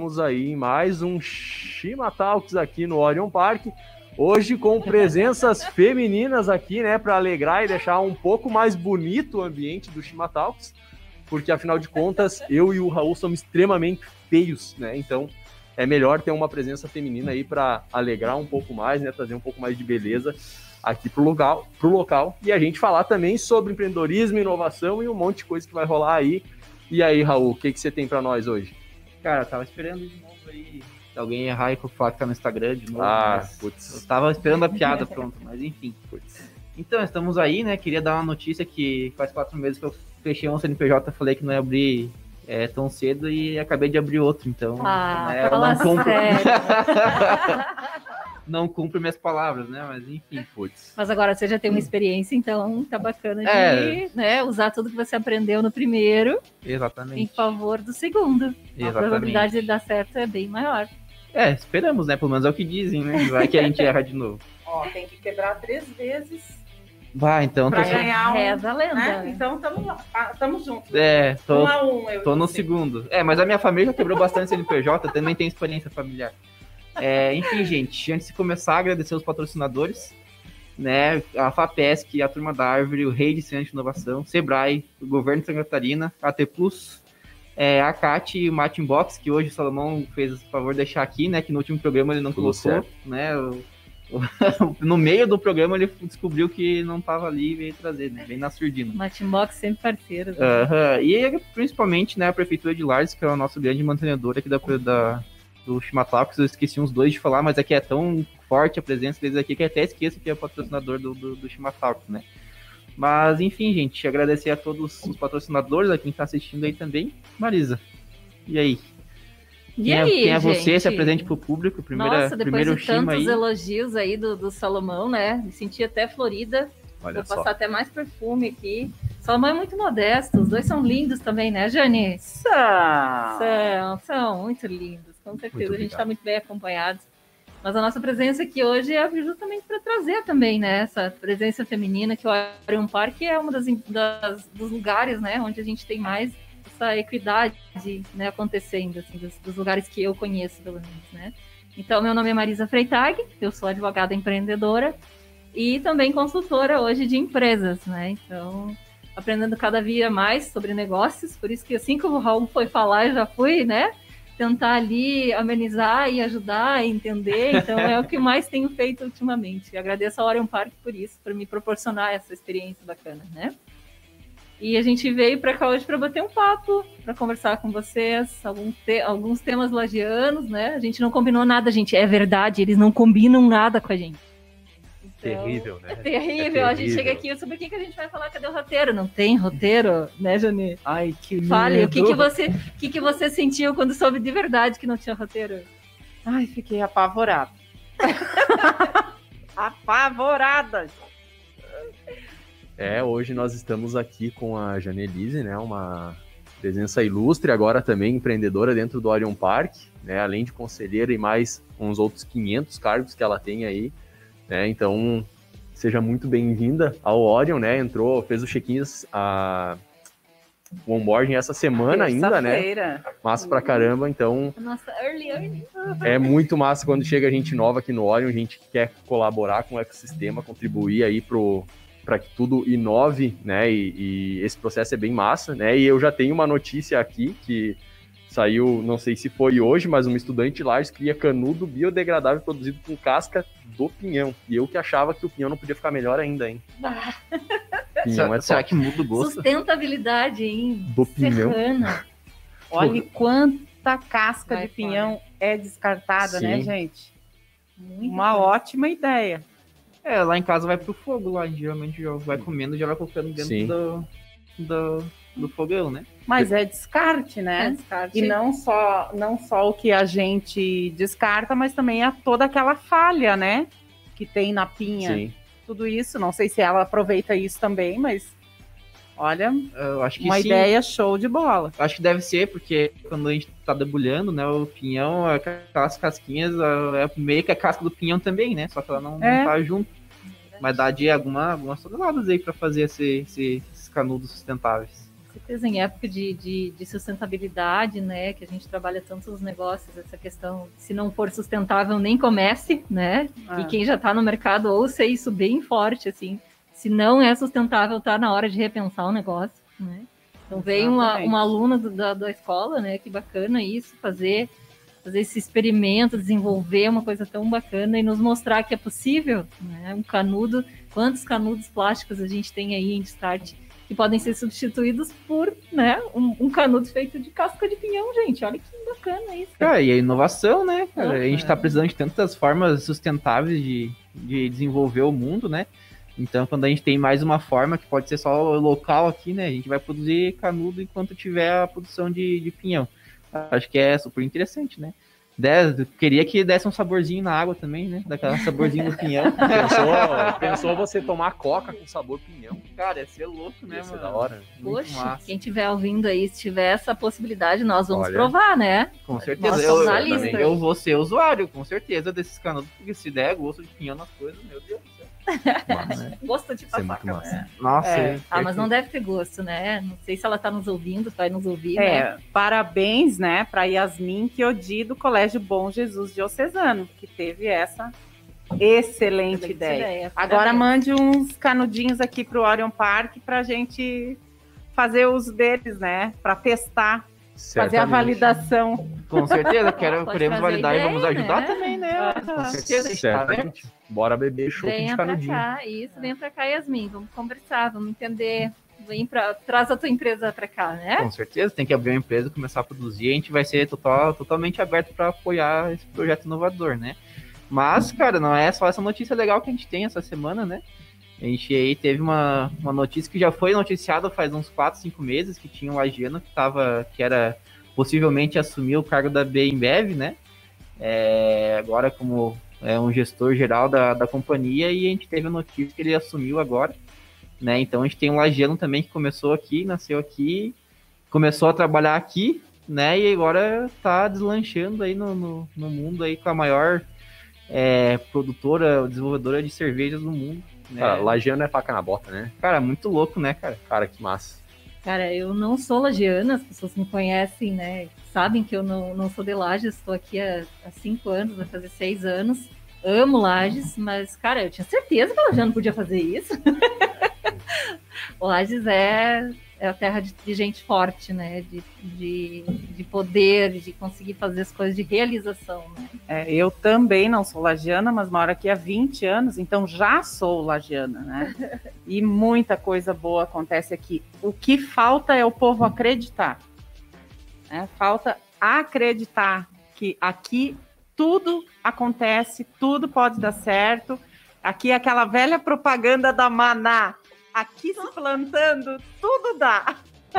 estamos aí em mais um Shima Talks aqui no Orion Park. Hoje com presenças femininas aqui, né, para alegrar e deixar um pouco mais bonito o ambiente do Shima Talks, porque afinal de contas eu e o Raul somos extremamente feios, né? Então é melhor ter uma presença feminina aí para alegrar um pouco mais, né, trazer um pouco mais de beleza aqui pro local e a gente falar também sobre empreendedorismo, inovação e um monte de coisa que vai rolar aí. E aí, Raul, o que você tem para nós hoje? Cara, eu tava esperando de novo aí se alguém errar e falar que tá no Instagram de novo. Putz. Eu tava esperando a piada pronto, mas enfim. Putz. Então, estamos aí, né? Queria dar uma notícia que faz 4 meses que eu fechei um CNPJ, falei que não ia abrir tão cedo e acabei de abrir outro, então... fala sério. Não cumpre minhas palavras, né? Mas enfim, putz. Mas agora você já tem uma experiência, então tá bacana de né, usar tudo que você aprendeu no primeiro. Exatamente. Em favor do segundo. Exatamente. A probabilidade de dar certo é bem maior. Esperamos, né? Pelo menos é o que dizem, né? Vai que a gente erra de novo. Ó, tem que quebrar 3 vezes Vai, então... pra ganhar Reza a lenda. né? Então tamo juntos. Tô 1 a 1. Tô no segundo. Mas a minha família já quebrou bastante CNPJ, também tem experiência familiar. Enfim, gente, antes de começar, agradecer os patrocinadores, né? A FAPESC, a Turma da Árvore, o Rei de Ciência de Inovação, Sebrae, o Governo de Santa Catarina, a AT Plus, a CAT e o Martin Box, que hoje o Salomão fez o favor de deixar aqui, né? Que no último programa ele não colocou, né? No meio do programa ele descobriu que não estava ali e veio trazer, né? Bem na surdina. Martin Box sempre parceiro. Né? E principalmente, né, a Prefeitura de Lages, que é o nosso grande mantenedor aqui do Shima Talks. Eu esqueci uns 2 de falar, mas aqui é tão forte a presença deles aqui que até esqueço que é patrocinador do Shima Talks, né? Mas, enfim, gente, agradecer a todos os patrocinadores, a quem está assistindo aí também. Marisa, e aí? Quem é você? Se apresente pro público. Nossa, depois de tantos aí. Elogios aí do Salomão, né? Me senti até florida. Olha Vou passar até mais perfume aqui. Salomão é muito modesto. Os 2 são lindos também, né, Jane? São muito lindos. Com certeza, a gente está muito bem acompanhados. Mas a nossa presença aqui hoje é justamente para trazer também, né? Essa presença feminina, que o Orion Park é uma dos lugares, né? Onde a gente tem mais essa equidade, né, acontecendo, assim, dos lugares que eu conheço, pelo menos, né? Então, meu nome é Marisa Freitag, eu sou advogada empreendedora e também consultora hoje de empresas, né? Então, aprendendo cada dia mais sobre negócios, por isso que assim que o Raul foi falar, eu já fui, né? Tentar ali amenizar e ajudar a entender, então é o que mais tenho feito ultimamente. Agradeço ao Orion Park por isso, por me proporcionar essa experiência bacana, né? E a gente veio para cá hoje para bater um papo, para conversar com vocês, alguns temas lagianos, né? A gente não combinou nada, gente, é verdade, eles não combinam nada com a gente. Então, terrível, né? É terrível, a gente chega aqui, sobre o que a gente vai falar, cadê o roteiro? Não tem roteiro, né, Jani? Ai, que Fale, medo. o que você sentiu quando soube de verdade que não tinha roteiro? Ai, fiquei apavorada. Apavorada. Hoje nós estamos aqui com a Janelise, né, uma presença ilustre, agora também empreendedora dentro do Orion Park, né, além de conselheira e mais uns outros 500 cargos que ela tem aí, né, então seja muito bem-vinda ao Orion, né, fez o check-in, o onboarding essa semana ainda, né, massa pra caramba, então... Nossa, early. É muito massa quando chega gente nova aqui no Orion, a gente quer colaborar com o ecossistema, contribuir aí para que tudo inove, né, e esse processo é bem massa, né, e eu já tenho uma notícia aqui que saiu, não sei se foi hoje, mas uma estudante lá cria canudo biodegradável produzido com casca do pinhão, e eu que achava que o pinhão não podia ficar melhor ainda, hein. Pinhão será que muda o gosto? Sustentabilidade, hein, do pinhão. Olha quanta casca de pinhão é descartada, Sim. né, gente? Uma ótima ideia. Lá em casa vai pro fogo, lá geralmente já vai comendo, já vai colocando dentro do fogão, né? Mas é descarte, né? É descarte. E não só o que a gente descarta, mas também toda aquela falha, né? Que tem na pinha. Sim. Tudo isso, não sei se ela aproveita isso também, mas olha, eu acho que uma sim. ideia show de bola. Acho que deve ser, porque quando a gente tá debulhando, né, o pinhão, aquelas casquinhas, é meio que a casca do pinhão também, né? Só que ela não tá junto. Mas dá de algumas toneladas aí pra fazer esses canudos sustentáveis. certeza, em época de sustentabilidade, né, que a gente trabalha tanto os negócios, essa questão, se não for sustentável, nem comece, né, e quem já está no mercado ouça isso bem forte, assim, se não é sustentável, tá na hora de repensar o negócio, né. Então veio uma aluna da escola, né, que bacana isso, fazer esse experimento, desenvolver uma coisa tão bacana e nos mostrar que é possível, né, um canudo, quantos canudos plásticos a gente tem aí em Start, que podem ser substituídos por, né, um canudo feito de casca de pinhão, gente. Olha que bacana isso. Cara, e a inovação, né, cara? A gente tá precisando de tantas formas sustentáveis de desenvolver o mundo, né? Então, quando a gente tem mais uma forma, que pode ser só local aqui, né? A gente vai produzir canudo enquanto tiver a produção de pinhão. Acho que é super interessante, né? Queria que desse um saborzinho na água também, né? Daquela saborzinho do pinhão. Pensou você tomar coca com sabor pinhão? Cara, ia ser louco, né, Ia ser mano? da hora. Poxa, quem estiver ouvindo aí, se tiver essa possibilidade, nós vamos provar, né? Com certeza. Nós estamos na lista. Eu vou ser usuário, com certeza, desses canudos, porque se der gosto de pinhão nas coisas, meu Deus do céu. Massa, né? Gosto de Isso é muito paçoca, massa. né? Nossa. Mas não deve ter gosto, né? Não sei se ela tá nos ouvindo, vai nos ouvir, É, né? parabéns, né, para Yasmin Chiodi do Colégio Bom Jesus Diocesano, que teve essa excelente ideia. Agora mande uns canudinhos aqui pro Orion Park pra gente fazer uso deles, né, para testar, fazer a validação. Com certeza, queremos trazer validar ideia, e vamos ajudar né? também, né? Com certeza, a gente tá vendo. Certamente. Bora beber chopp de Venha pra canudinho. cá, isso, venha pra cá, Yasmin, vamos conversar, vamos entender. Traz a tua empresa pra cá, né? Com certeza, tem que abrir uma empresa, começar a produzir, a gente vai ser totalmente aberto para apoiar esse projeto inovador, né? Mas, cara, não é só essa notícia legal que a gente tem essa semana, né? A gente aí teve uma notícia que já foi noticiada faz uns 4, 5 meses, que tinha um lagiano que era possivelmente assumir o cargo da Bembev, né? Agora como um gestor geral da companhia, e a gente teve a notícia que ele assumiu agora, né? Então a gente tem um lagiano também que começou aqui, nasceu aqui, começou a trabalhar aqui, né? E agora tá deslanchando aí no mundo aí com a maior produtora, desenvolvedora de cervejas do mundo. Né? Cara, lagiano é faca na bota, né? Cara, muito louco, né, cara? Cara, que massa. Cara, eu não sou lagiana, as pessoas me conhecem, né? Sabem que eu não sou de Lages, estou aqui há 5 anos, vai fazer 6 anos. Amo Lages, mas, cara, eu tinha certeza que a Lagiano podia fazer isso. O Lages é a terra de gente forte, né? De poder, de conseguir fazer as coisas, de realização, né? Eu também não sou lagiana, mas moro aqui há 20 anos, então já sou lagiana, né? E muita coisa boa acontece aqui. O que falta é o povo acreditar. Né? Falta acreditar que aqui tudo acontece, tudo pode dar certo. Aqui é aquela velha propaganda da Maná. Aqui se plantando, tudo dá.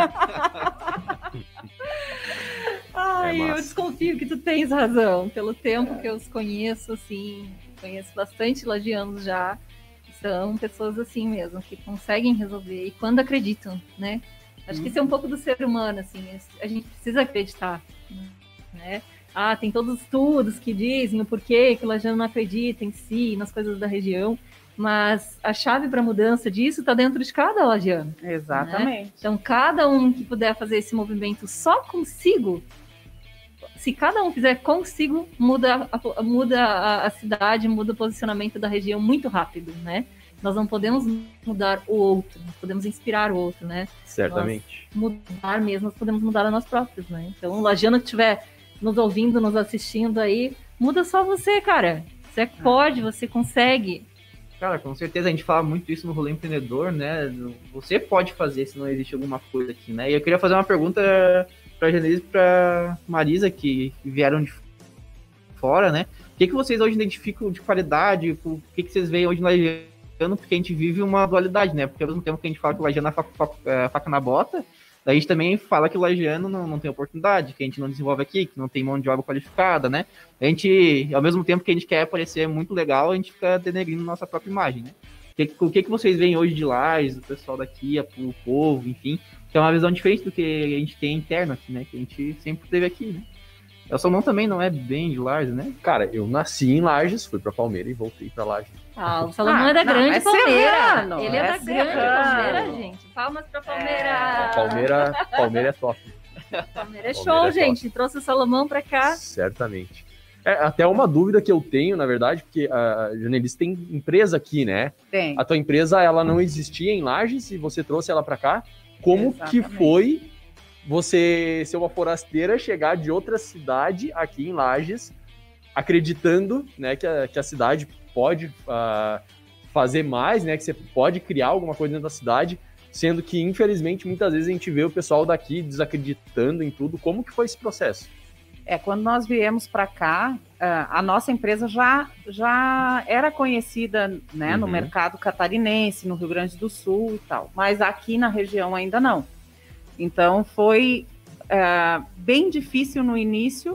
Ai, eu desconfio que tu tens razão. Pelo tempo que eu os conheço, assim, conheço bastante lagianos já. São pessoas assim mesmo, que conseguem resolver e quando acreditam, né? Acho que isso é um pouco do ser humano, assim, a gente precisa acreditar, né? Tem todos os estudos que dizem o porquê que o lagiano não acredita em si, nas coisas da região, mas a chave para a mudança disso está dentro de cada lagiano. Exatamente. Né? Então, cada um que puder fazer esse movimento só consigo, se cada um fizer consigo, muda a cidade, muda o posicionamento da região muito rápido, né? Nós não podemos mudar o outro, nós podemos inspirar o outro, né? Certamente. Mudar mesmo, nós podemos mudar a nós próprios, né? Então, o lagiano que estiver nos ouvindo, nos assistindo aí, muda só você, cara. Você pode, você consegue. Cara, com certeza, a gente fala muito isso no Rolê Empreendedor, né? Você pode fazer se não existe alguma coisa aqui, né? E eu queria fazer uma pergunta pra Genise e pra Marisa, que vieram de fora, né? O que vocês hoje identificam de qualidade? O que vocês veem hoje no lagiano? Porque a gente vive uma dualidade, né? Porque ao mesmo tempo que a gente fala que o lagiano é faca na bota, daí a gente também fala que o lagiano não tem oportunidade, que a gente não desenvolve aqui, que não tem mão de obra qualificada, né? A gente, ao mesmo tempo que a gente quer parecer muito legal, a gente fica denegrindo nossa própria imagem, né? O que vocês veem hoje de Lages, do pessoal daqui, o povo, enfim, que é uma visão diferente do que a gente tem interno aqui, né? Que a gente sempre teve aqui, né? O Salomão também não é bem de Lages, né? Cara, eu nasci em Lages, fui pra Palmeira e voltei pra Lages. O Salomão é da grande Palmeira. serrano, Ele é da grande serrano. Palmeira, gente. Palmas pra Palmeira. Palmeira é top. Palmeira é show, Palmeira é gente. Trouxe o Salomão pra cá. Certamente. Até uma dúvida que eu tenho, na verdade, porque a Janelis tem empresa aqui, né? Tem. A tua empresa, ela não existia em Lages e você trouxe ela pra cá. Como que Exatamente. foi você ser uma forasteira, chegar de outra cidade aqui em Lages, acreditando, né, que a cidade pode fazer mais, né, que você pode criar alguma coisa dentro da cidade, sendo que, infelizmente, muitas vezes a gente vê o pessoal daqui desacreditando em tudo. Como que foi esse processo? Quando nós viemos para cá, a nossa empresa já era conhecida, né, no mercado catarinense, no Rio Grande do Sul e tal, mas aqui na região ainda não. Então foi bem difícil no início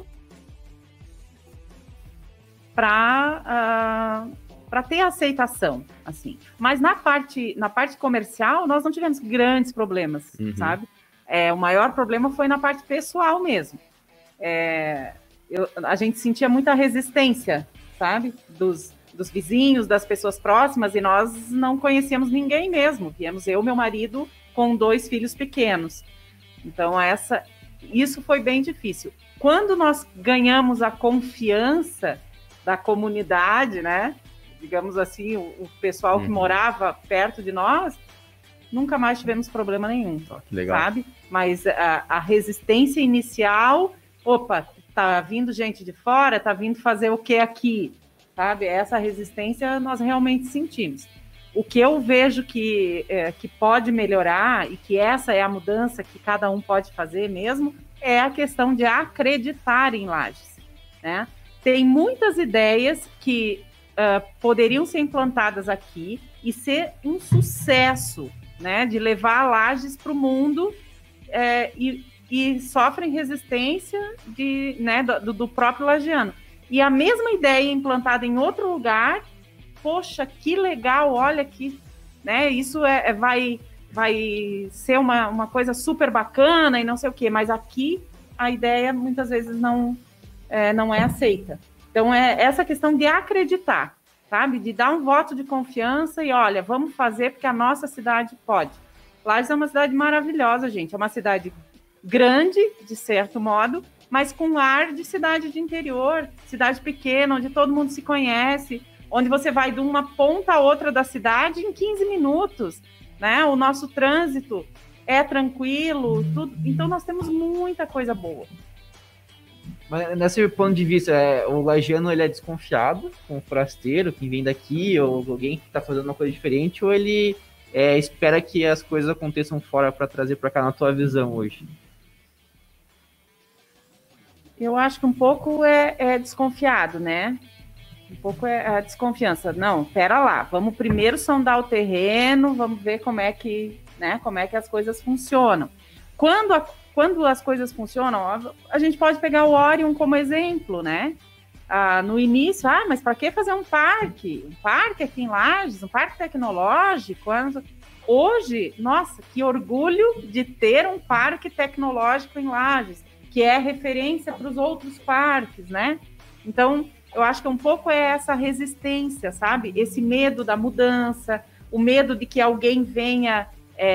para ter aceitação, assim. Mas na parte comercial nós não tivemos grandes problemas, sabe? O maior problema foi na parte pessoal mesmo. A gente sentia muita resistência, sabe? Dos vizinhos, das pessoas próximas, e nós não conhecíamos ninguém mesmo. Viemos eu e meu marido com 2 filhos pequenos. Então, isso foi bem difícil. Quando nós ganhamos a confiança da comunidade, né? Digamos assim, o pessoal que morava perto de nós, nunca mais tivemos problema nenhum, Que legal. sabe? Mas a resistência inicial, tá vindo gente de fora, tá vindo fazer o que aqui, sabe? Essa resistência nós realmente sentimos. O que eu vejo que pode melhorar, e que essa é a mudança que cada um pode fazer mesmo, é a questão de acreditar em Lages, né? Tem muitas ideias que poderiam ser implantadas aqui e ser um sucesso, né? De levar Lages para o mundo, e sofrem resistência do próprio lagiano. E a mesma ideia implantada em outro lugar, poxa, que legal, olha aqui, né? Isso vai ser uma coisa super bacana e não sei o quê, mas aqui a ideia muitas vezes não é aceita. Então, essa questão de acreditar, sabe? De dar um voto de confiança e, olha, vamos fazer porque a nossa cidade pode. Lages é uma cidade maravilhosa, gente. É uma cidade grande, de certo modo, mas com ar de cidade de interior, cidade pequena, onde todo mundo se conhece, onde você vai de uma ponta a outra da cidade em 15 minutos, né? O nosso trânsito é tranquilo, tudo. Então nós temos muita coisa boa. Mas nesse ponto de vista, o lagiano ele é desconfiado com o forasteiro, quem vem daqui, ou alguém que está fazendo uma coisa diferente, ou ele espera que as coisas aconteçam fora para trazer para cá, na tua visão hoje? Eu acho que um pouco é desconfiado, né? Um pouco é a desconfiança. Não, pera lá, vamos primeiro sondar o terreno, vamos ver como é que as coisas funcionam. Quando as coisas funcionam, a gente pode pegar o Orion como exemplo, né? No início, mas para que fazer um parque? Um parque aqui em Lages, um parque tecnológico? Hoje, nossa, que orgulho de ter um parque tecnológico em Lages, que é referência para os outros parques, né? Então, eu acho que um pouco é essa resistência, sabe? Esse medo da mudança, o medo de que alguém venha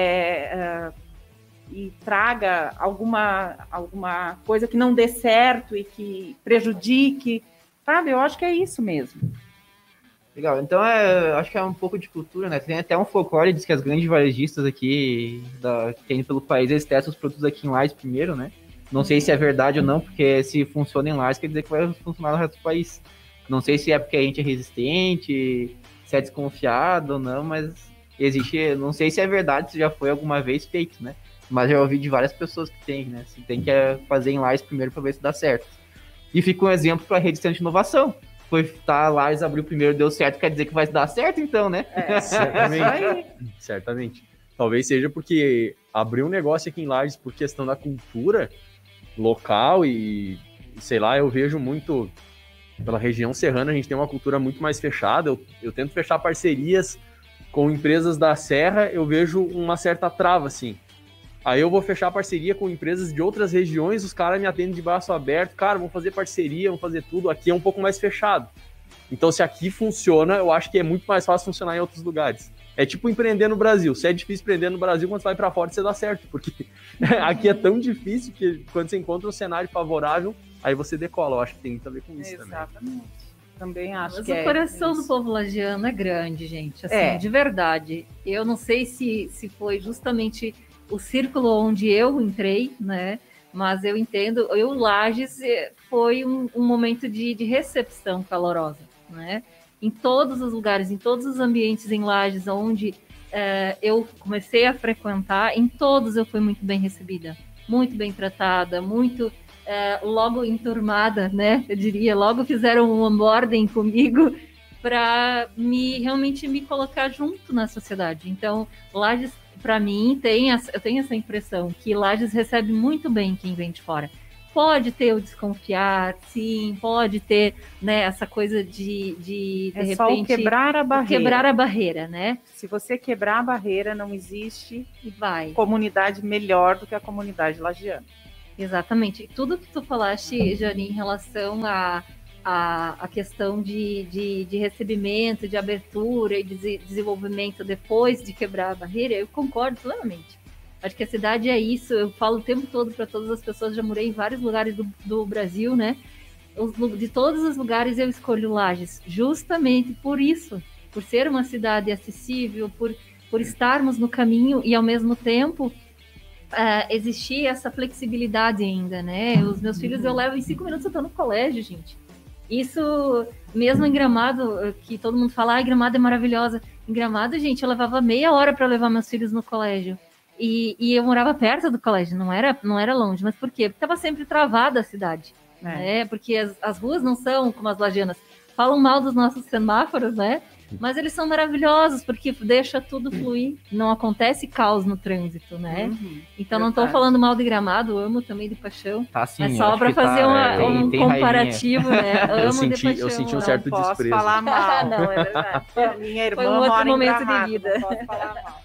e traga alguma coisa que não dê certo e que prejudique, sabe? Eu acho que é isso mesmo. Legal, então acho que é um pouco de cultura, né? Tem até um folclore, diz que as grandes varejistas aqui que tem pelo país, eles testam os produtos aqui em Lages primeiro, né? Não sei se é verdade ou não, porque se funciona em Lages, quer dizer que vai funcionar no resto do país. Não sei se é porque a gente é resistente, se é desconfiado ou não, mas existe, não sei se é verdade, se já foi alguma vez feito, né? Mas já ouvi de várias pessoas que tem, né? Se tem que fazer em Lages primeiro para ver se dá certo. E fica um exemplo para a rede de inovação. Lages abriu primeiro, deu certo, quer dizer que vai dar certo então, né? Certamente. Certamente. Talvez seja porque abrir um negócio aqui em Lages por questão da cultura local e sei lá, eu vejo muito pela região serrana, a gente tem uma cultura muito mais fechada. Eu tento fechar parcerias com empresas da Serra, eu vejo uma certa trava, assim. Aí eu vou fechar parceria com empresas de outras regiões, os caras me atendem de braço aberto, cara, vamos fazer parceria, vamos fazer tudo. Aqui é um pouco mais fechado. Então, se aqui funciona, eu acho que é muito mais fácil funcionar em outros lugares. É tipo empreender no Brasil. Se é difícil empreender no Brasil, quando você vai para fora, você dá certo. Porque aqui é tão difícil que quando você encontra um cenário favorável, aí você decola. Eu acho que tem muito a ver com isso também. Exatamente. Também acho Mas que o coração do povo lagiano é grande, gente. Assim, É. de verdade. Eu não sei se foi justamente o círculo onde eu entrei, né? Mas eu entendo. Lages foi um momento de recepção calorosa, né? Em todos os lugares, em todos os ambientes em Lages onde eu comecei a frequentar, em todos eu fui muito bem recebida, muito bem tratada, muito logo enturmada, né? Eu diria, logo fizeram um onboarding comigo para realmente me colocar junto na sociedade. Então, Lages, para mim, eu tenho essa impressão que Lages recebe muito bem quem vem de fora. Pode ter o desconfiar, sim, pode ter, né, essa coisa de repente... só o quebrar a barreira. Quebrar a barreira, né? Se você quebrar a barreira, não existe E vai. comunidade melhor do que a comunidade lagiana. Exatamente. Tudo que tu falaste, Jane, em relação a questão de recebimento, de abertura e de desenvolvimento depois de quebrar a barreira, eu concordo plenamente. Acho que a cidade é isso, eu falo o tempo todo para todas as pessoas, já morei em vários lugares do Brasil, né? De todos os lugares eu escolho Lages, justamente por isso, por ser uma cidade acessível, por estarmos no caminho e ao mesmo tempo existir essa flexibilidade ainda, né? Os meus filhos eu levo em 5 minutos, eu estou no colégio, gente. Isso, mesmo em Gramado, que todo mundo fala, Gramado é maravilhosa. Em Gramado, gente, eu levava meia hora para levar meus filhos no colégio. E eu morava perto do colégio, não era longe. Mas por quê? Porque estava sempre travada a cidade. Né? Porque as ruas não são como as lagianas. Falam mal dos nossos semáforos, né? Mas eles são maravilhosos, porque deixa tudo fluir. Não acontece caos no trânsito, né? Então não estou falando mal de Gramado, amo também de paixão. Tá, sim, mas só para fazer tem comparativo, né? Amo de paixão. Eu senti um certo posso desprezo. Falar mal. Não, é verdade. Minha irmã Foi um outro mora momento em Gramado, de vida. não posso falar mal.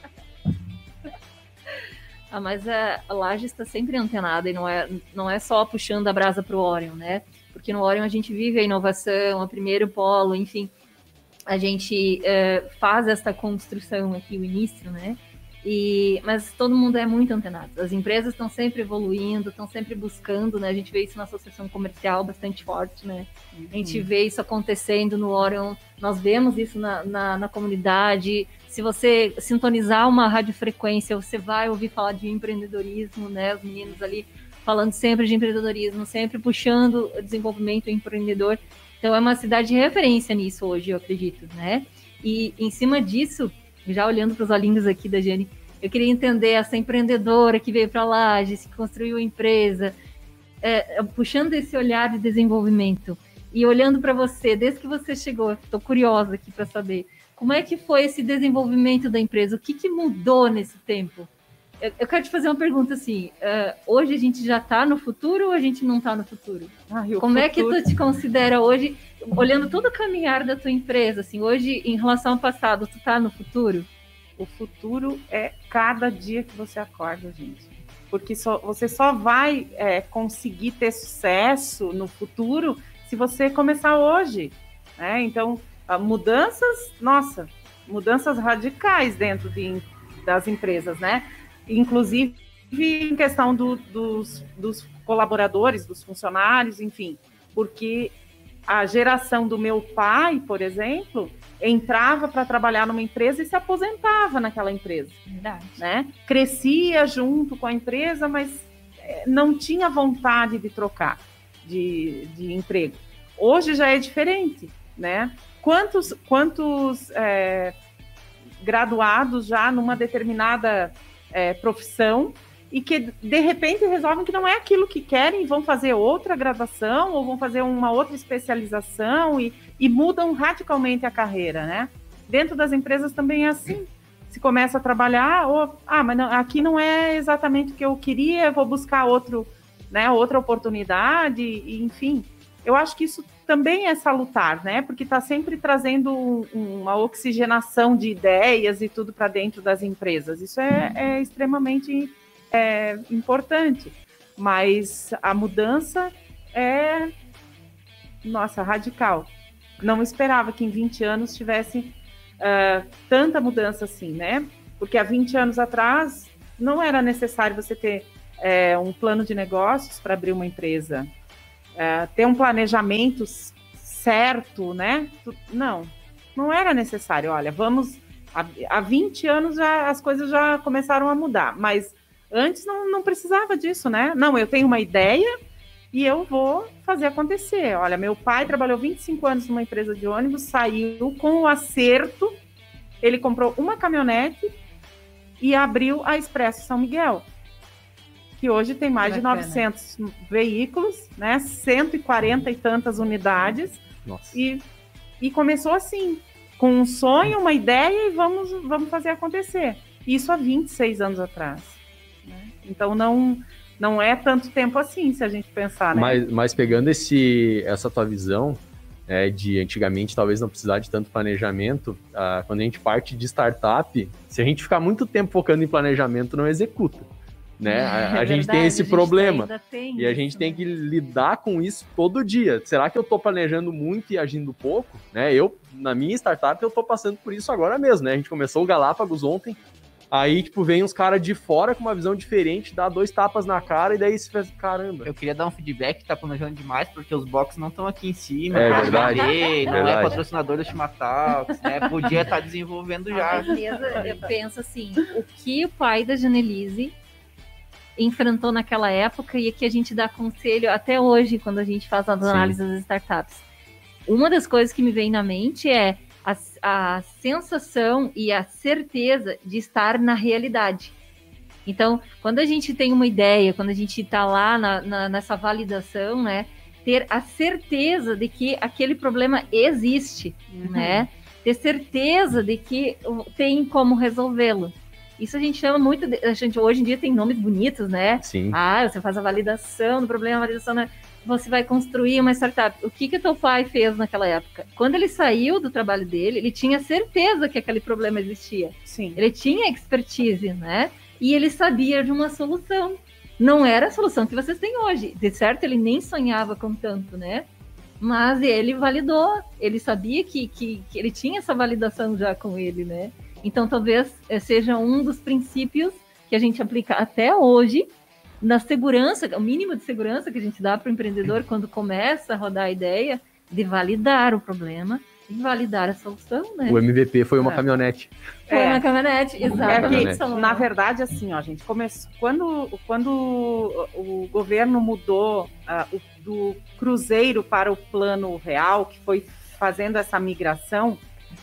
Mas a Lages está sempre antenada e não é só puxando a brasa para o Orion, né? Porque no Orion a gente vive a inovação, o primeiro polo, enfim, a gente faz essa construção aqui, o início, né? Mas todo mundo é muito antenado. As empresas estão sempre evoluindo, estão sempre buscando, né? A gente vê isso na associação comercial bastante forte, né? A gente vê isso acontecendo no Orion, nós vemos isso na comunidade. Se você sintonizar uma radiofrequência, você vai ouvir falar de empreendedorismo, né? Os meninos ali falando sempre de empreendedorismo, sempre puxando o desenvolvimento empreendedor. Então é uma cidade de referência nisso hoje, eu acredito, né? E em cima disso, já olhando para os olhinhos aqui da Jane, eu queria entender essa empreendedora que veio para Lages, que construiu a empresa, puxando esse olhar de desenvolvimento e olhando para você, desde que você chegou, estou curiosa aqui para saber, como é que foi esse desenvolvimento da empresa? O que mudou nesse tempo? Eu quero te fazer uma pergunta assim, hoje a gente já está no futuro ou a gente não está no futuro? Como é que tu te considera hoje, olhando todo o caminhar da tua empresa, assim, hoje em relação ao passado, tu está no futuro? O futuro é cada dia que você acorda, gente. Porque você só vai conseguir ter sucesso no futuro se você começar hoje, né? Então, mudanças radicais dentro das empresas, né? Inclusive em questão dos colaboradores, dos funcionários, enfim, porque a geração do meu pai, por exemplo, entrava para trabalhar numa empresa e se aposentava naquela empresa. Verdade. Né? Crescia junto com a empresa, mas não tinha vontade de trocar de emprego. Hoje já é diferente, né? Quantos graduados já numa determinada profissão e que de repente resolvem que não é aquilo que querem e vão fazer outra graduação ou vão fazer uma outra especialização e mudam radicalmente a carreira, né? Dentro das empresas também é assim. Se começa a trabalhar, mas não, aqui não é exatamente o que eu queria, vou buscar outra oportunidade, enfim. Eu acho que isso também é salutar, né? Porque está sempre trazendo uma oxigenação de ideias e tudo para dentro das empresas. Isso é extremamente importante, mas a mudança é, nossa, radical. Não esperava que em 20 anos tivesse tanta mudança assim, né? Porque há 20 anos atrás não era necessário você ter um plano de negócios para abrir uma empresa, ter um planejamento certo, né? Não era necessário. Olha, há 20 anos as coisas já começaram a mudar, mas antes não precisava disso, né? Não, eu tenho uma ideia e eu vou fazer acontecer. Olha, meu pai trabalhou 25 anos numa empresa de ônibus, saiu com o acerto, ele comprou uma caminhonete e abriu a Expresso São Miguel, que hoje tem mais de 900 veículos, né? 140 e tantas unidades. Nossa. E começou assim, com um sonho, uma ideia e vamos fazer acontecer. Isso há 26 anos atrás. Né? Então não é tanto tempo assim, se a gente pensar, né? Mas pegando essa tua visão, de antigamente talvez não precisar de tanto planejamento, quando a gente parte de startup, se a gente ficar muito tempo focando em planejamento, não executa. Né? A gente tem esse problema e a gente tem que lidar com isso todo dia. Será que eu estou planejando muito e agindo pouco? Né? Na minha startup, eu estou passando por isso agora mesmo. Né? A gente começou o Galápagos ontem, aí vem uns caras de fora com uma visão diferente, dá 2 tapas na cara e daí você faz, caramba. Eu queria dar um feedback que tá planejando demais, porque os boxes não estão aqui em cima. É verdade. Não é patrocinador do Chimatalks, né? Podia estar desenvolvendo já. Eu penso assim, o que o pai da Janelise enfrentou naquela época e que a gente dá conselho até hoje quando a gente faz as análises das startups. Uma das coisas que me vem na mente é a sensação e a certeza de estar na realidade. Então, quando a gente tem uma ideia, quando a gente está lá nessa validação, né, ter a certeza de que aquele problema existe, né, ter certeza de que tem como resolvê-lo. Isso a gente chama muito, hoje em dia tem nomes bonitos, né? Sim. Você faz a validação do problema, a validação, né? Você vai construir uma startup. O que teu pai fez naquela época? Quando ele saiu do trabalho dele, ele tinha certeza que aquele problema existia. Sim. Ele tinha expertise, né? E ele sabia de uma solução. Não era a solução que vocês têm hoje. De certo, ele nem sonhava com tanto, né? Mas ele validou. Ele sabia que ele tinha essa validação já com ele, né? Então, talvez seja um dos princípios que a gente aplica até hoje na segurança, o mínimo de segurança que a gente dá para o empreendedor quando começa a rodar a ideia de validar o problema e validar a solução, né? O MVP foi uma caminhonete. Foi uma caminhonete, exatamente. Na verdade, assim, ó, gente, quando o governo mudou do cruzeiro para o plano real, que foi fazendo essa migração,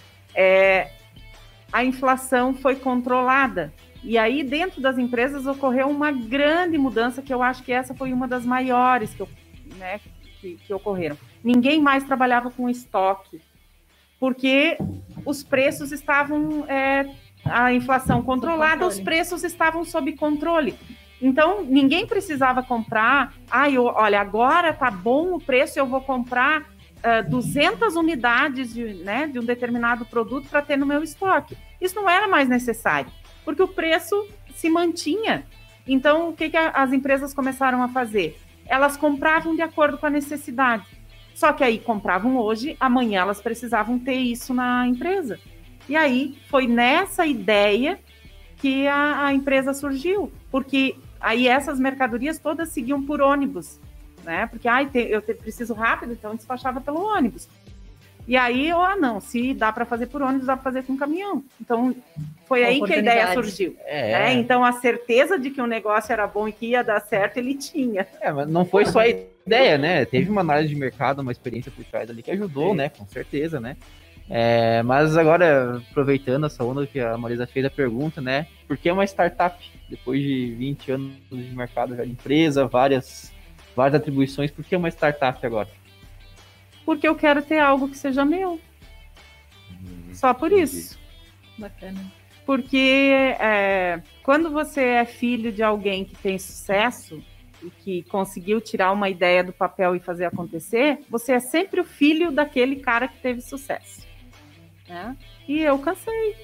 a inflação foi controlada. E aí, dentro das empresas, ocorreu uma grande mudança, que eu acho que essa foi uma das maiores que ocorreram. Ninguém mais trabalhava com estoque, porque os preços estavam... a inflação controlada, os preços estavam sob controle. Então, ninguém precisava comprar... olha, agora tá bom o preço, eu vou comprar 200 unidades de um determinado produto para ter no meu estoque. Isso não era mais necessário, porque o preço se mantinha. Então, o que as empresas começaram a fazer? Elas compravam de acordo com a necessidade. Só que aí compravam hoje, amanhã elas precisavam ter isso na empresa. E aí foi nessa ideia que a empresa surgiu, porque aí essas mercadorias todas seguiam por ônibus, né? Porque eu preciso rápido, então despachava pelo ônibus. E aí, não, se dá para fazer por ônibus, dá para fazer com caminhão. Então, foi aí que a ideia surgiu. Então, a certeza de que o negócio era bom e que ia dar certo, ele tinha. Mas não foi só a ideia, né? Teve uma análise de mercado, uma experiência por trás ali que ajudou, né? Com certeza, né? Mas agora, aproveitando essa onda que a Marisa fez a pergunta, né? Por que uma startup? Depois de 20 anos de mercado já de empresa, várias atribuições, por que uma startup agora? Porque eu quero ter algo que seja meu. Só por isso. Bacana. Porque quando você é filho de alguém que tem sucesso e que conseguiu tirar uma ideia do papel e fazer acontecer, você é sempre o filho daquele cara que teve sucesso. né? E eu cansei.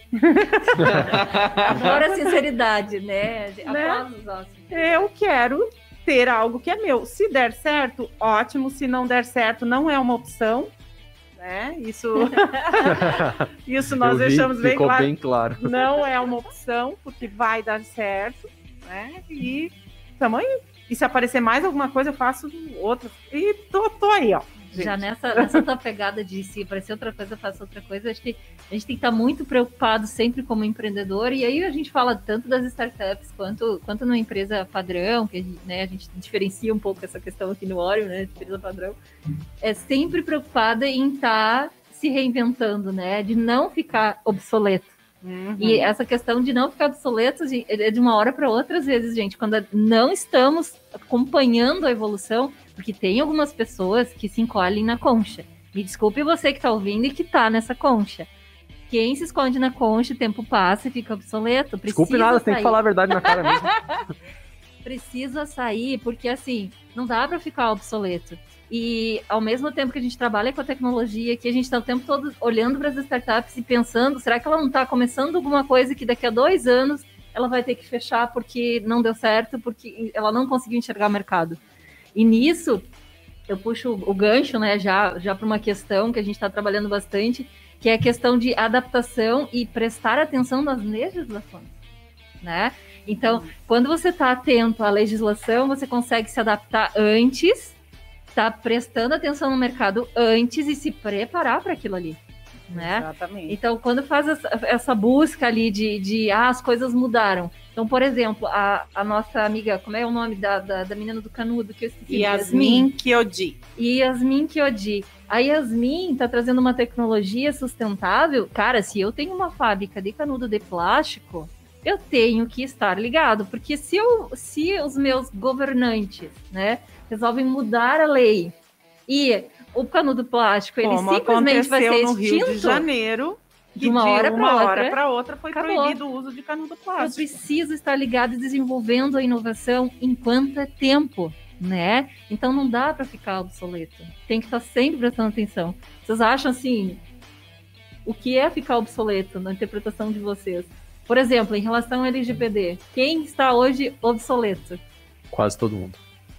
Adoro a sinceridade, né? Né? Aplausos, ó. Eu quero ter algo que é meu. Se der certo, ótimo. Se não der certo, não é uma opção. Né? Isso nós deixamos bem ficou claro. bem claro. Não é uma opção, porque vai dar certo. Né? E tamo aí. E se aparecer mais alguma coisa, eu faço outra. E tô aí, ó. Gente. Já nessa tua pegada de se aparecer outra coisa, eu faço outra coisa, acho que a gente tem que estar muito preocupado sempre como empreendedor, e aí a gente fala tanto das startups quanto numa empresa padrão, que né, a gente diferencia um pouco essa questão aqui no Orion, né, de empresa padrão, é sempre preocupada em estar se reinventando, né, de não ficar obsoleto. Uhum. E essa questão de não ficar obsoleto é de uma hora para outra, às vezes, gente, quando não estamos acompanhando a evolução, porque tem algumas pessoas que se encolhem na concha. Me desculpe você que está ouvindo e que está nessa concha. Quem se esconde na concha, o tempo passa e fica obsoleto. Desculpe nada, tem que falar a verdade na cara mesmo. Precisa sair, porque assim, não dá para ficar obsoleto. E ao mesmo tempo que a gente trabalha com a tecnologia, que a gente está o tempo todo olhando para as startups e pensando, será que ela não está começando alguma coisa que daqui a 2 anos ela vai ter que fechar porque não deu certo, porque ela não conseguiu enxergar o mercado? E nisso, eu puxo o gancho, né, já para uma questão que a gente está trabalhando bastante, que é a questão de adaptação e prestar atenção nas legislações, né? Então, quando você está atento à legislação, você consegue se adaptar antes, tá prestando atenção no mercado antes e se preparar para aquilo ali, né? Exatamente. Então, quando faz essa busca ali de as coisas mudaram. Então, por exemplo, a nossa amiga, como é o nome da menina do canudo que eu esqueci? Yasmin Kyodi. Yasmin Kyodi. A Yasmin está trazendo uma tecnologia sustentável. Cara, se eu tenho uma fábrica de canudo de plástico, eu tenho que estar ligado, porque se os meus governantes, né, resolvem mudar a lei e o canudo plástico, ele simplesmente vai ser extinto no Rio de Janeiro, de uma hora para outra foi acabou. proibido o uso de canudo plástico. Eu preciso estar ligado e desenvolvendo a inovação enquanto é tempo, né? Então não dá para ficar obsoleto. Tem que estar sempre prestando atenção. Vocês acham assim, o que é ficar obsoleto na interpretação de vocês? Por exemplo, em relação ao LGPD, quem está hoje obsoleto? Quase todo mundo.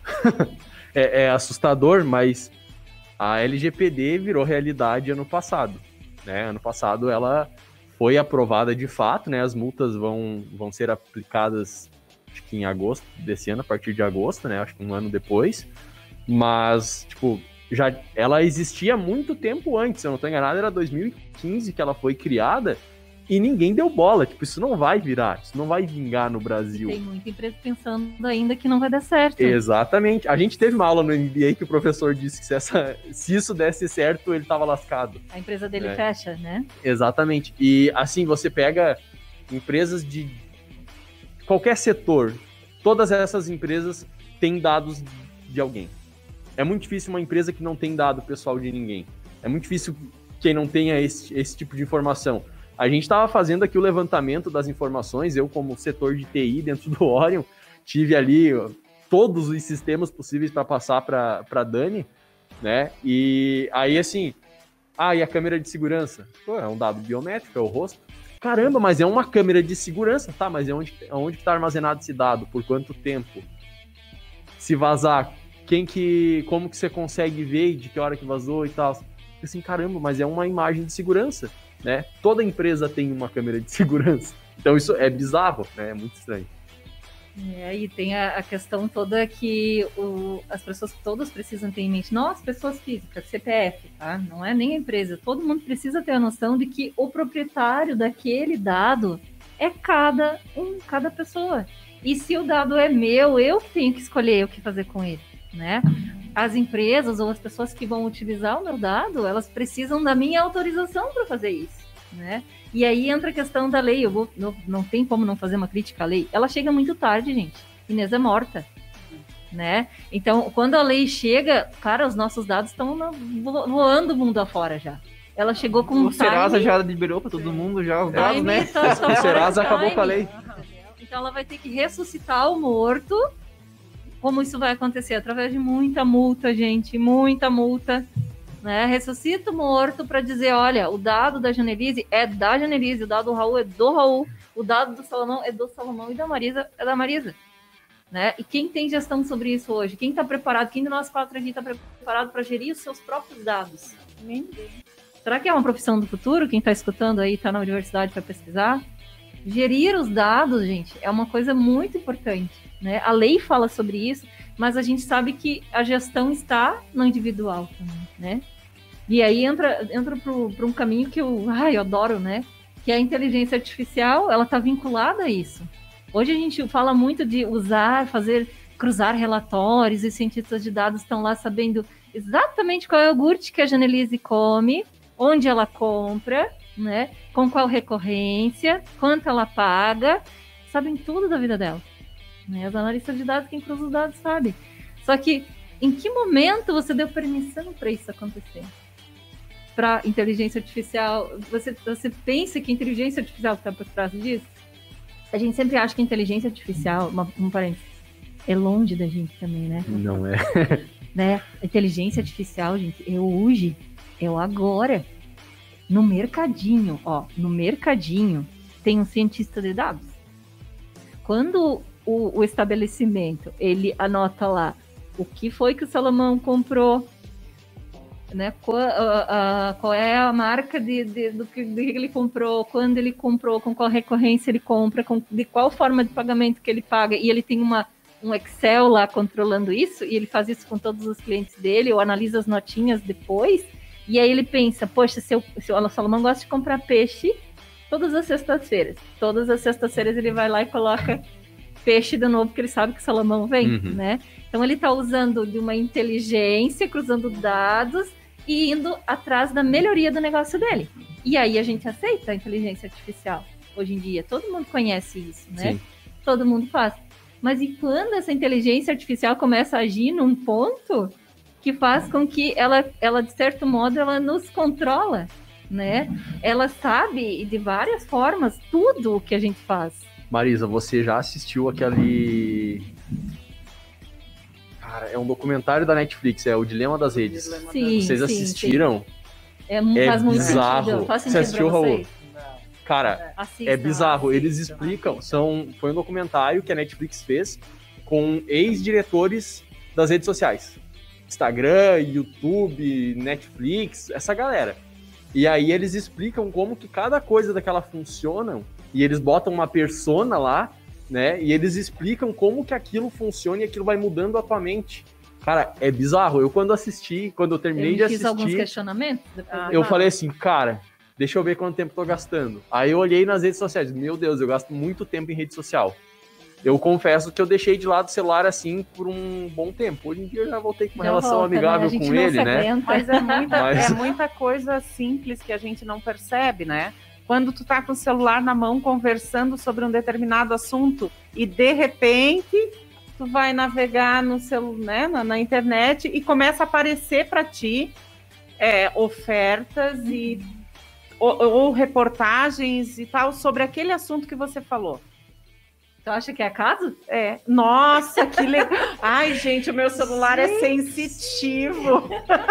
É assustador, mas a LGPD virou realidade ano passado. Né? Ano passado ela foi aprovada de fato, né? As multas vão ser aplicadas, acho que em agosto desse ano, a partir de agosto, né? Acho que um ano depois. Mas, tipo, ela existia muito tempo antes, se eu não estou enganado, era 2015 que ela foi criada. E ninguém deu bola, tipo, isso não vai virar, isso não vai vingar no Brasil. Tem muita empresa pensando ainda que não vai dar certo. Exatamente. A gente teve uma aula no MBA que o professor disse que se isso desse certo, ele tava lascado. A empresa dele fecha, né? Exatamente. E assim, você pega empresas de qualquer setor, todas essas empresas têm dados de alguém. É muito difícil uma empresa que não tem dado pessoal de ninguém. É muito difícil quem não tenha esse tipo de informação. A gente estava fazendo aqui o levantamento das informações, eu como setor de TI dentro do Orion, tive ali todos os sistemas possíveis para passar para a Dani, né? E aí assim, e a câmera de segurança? Pô, é um dado biométrico, é o rosto. Caramba, mas é uma câmera de segurança? Tá, mas onde que está armazenado esse dado? Por quanto tempo? Se vazar, como que você consegue ver de que hora que vazou e tal? Assim, caramba, mas é uma imagem de segurança. Né? Toda empresa tem uma câmera de segurança. Então isso é bizarro, né? É muito estranho. E tem a questão toda que as pessoas todas precisam ter em mente. Nós, pessoas físicas, CPF, tá? Não é nem a empresa. Todo mundo precisa ter a noção de que o proprietário daquele dado é cada pessoa. E se o dado é meu, eu tenho que escolher o que fazer com ele, né? As empresas ou as pessoas que vão utilizar o meu dado, elas precisam da minha autorização para fazer isso, né? E aí entra a questão da lei. Não tem como não fazer uma crítica à lei. Ela chega muito tarde, gente. Inês é morta, né? Então, quando a lei chega, cara, os nossos dados estão voando o mundo afora já. Ela chegou com o Serasa já liberou para todo mundo já os dados, né? O Serasa acabou com a lei. Então, ela vai ter que ressuscitar o morto. Como isso vai acontecer? Através de muita multa, gente, muita multa. né? Ressuscita o morto para dizer, olha, o dado da Janelise é da Janelise, o dado do Raul é do Raul, o dado do Salomão é do Salomão e da Marisa é da Marisa. Né? E quem tem gestão sobre isso hoje? Quem está preparado? Quem de nós 4 aqui está preparado para gerir os seus próprios dados? Ninguém. Será que é uma profissão do futuro? Quem está escutando aí, está na universidade para pesquisar? Gerir os dados, gente, é uma coisa muito importante. Né? A lei fala sobre isso, mas a gente sabe que a gestão está no individual também. Né? E aí entra para um caminho que eu adoro, né? Que é a inteligência artificial, ela está vinculada a isso. Hoje a gente fala muito de cruzar relatórios, e cientistas de dados estão lá sabendo exatamente qual é o iogurte que a Janelise come, onde ela compra, né? Com qual recorrência, quanto ela paga, sabem tudo da vida dela. Né? As analistas de dados, quem cruza os dados sabe. Só que em que momento você deu permissão para isso acontecer? Para inteligência artificial, você pensa que a inteligência artificial está por trás disso? A gente sempre acha que a inteligência artificial, um parênteses, é longe da gente também, né? Não é. Né? A inteligência artificial, gente, é hoje, é o agora. No mercadinho, tem um cientista de dados. Quando o estabelecimento, ele anota lá o que foi que o Salomão comprou, né? Qual é a marca do que ele comprou, quando ele comprou, com qual recorrência ele compra, de qual forma de pagamento que ele paga, e ele tem um Excel lá controlando isso, e ele faz isso com todos os clientes dele, ou analisa as notinhas depois, e aí ele pensa, poxa, se o Salomão gosta de comprar peixe todas as sextas-feiras ele vai lá e coloca peixe de novo, porque ele sabe que o Salomão vem, né? Então ele está usando de uma inteligência, cruzando dados, e indo atrás da melhoria do negócio dele. E aí a gente aceita a inteligência artificial. Hoje em dia, todo mundo conhece isso, né? Sim. Todo mundo faz. Mas e quando essa inteligência artificial começa a agir num ponto que faz com que ela de certo modo, ela nos controla, né? Ela sabe, de várias formas, tudo o que a gente faz. Marisa, você já assistiu aquele... Cara, é um documentário da Netflix, é O Dilema das Redes. Sim, vocês assistiram? Sim. Faz muito bizarro. sentido. Faz sentido. Você assistiu, Raul? Cara, é bizarro. Eles explicam, foi um documentário que a Netflix fez com ex-diretores das redes sociais. Instagram, YouTube, Netflix, essa galera. E aí eles explicam como que cada coisa daquela funciona, e eles botam uma persona lá, né? E eles explicam como que aquilo funciona e aquilo vai mudando a tua mente. Cara, é bizarro. Eu quando eu terminei de assistir... fiz alguns questionamentos. Eu falei assim, cara, deixa eu ver quanto tempo eu tô gastando. Aí eu olhei nas redes sociais. Meu Deus, eu gasto muito tempo em rede social. Eu confesso que eu deixei de lado o celular assim por um bom tempo. Hoje em dia eu já voltei com uma relação amigável com ele, né? Mas é muita coisa simples que a gente não percebe, né? Quando tu tá com o celular na mão conversando sobre um determinado assunto e de repente tu vai navegar no celular, né, na internet e começa a aparecer para ti ofertas ou reportagens e tal sobre aquele assunto que você falou. Tu acha que é acaso? É. Nossa, que legal. Ai, gente, o meu celular é sensitivo.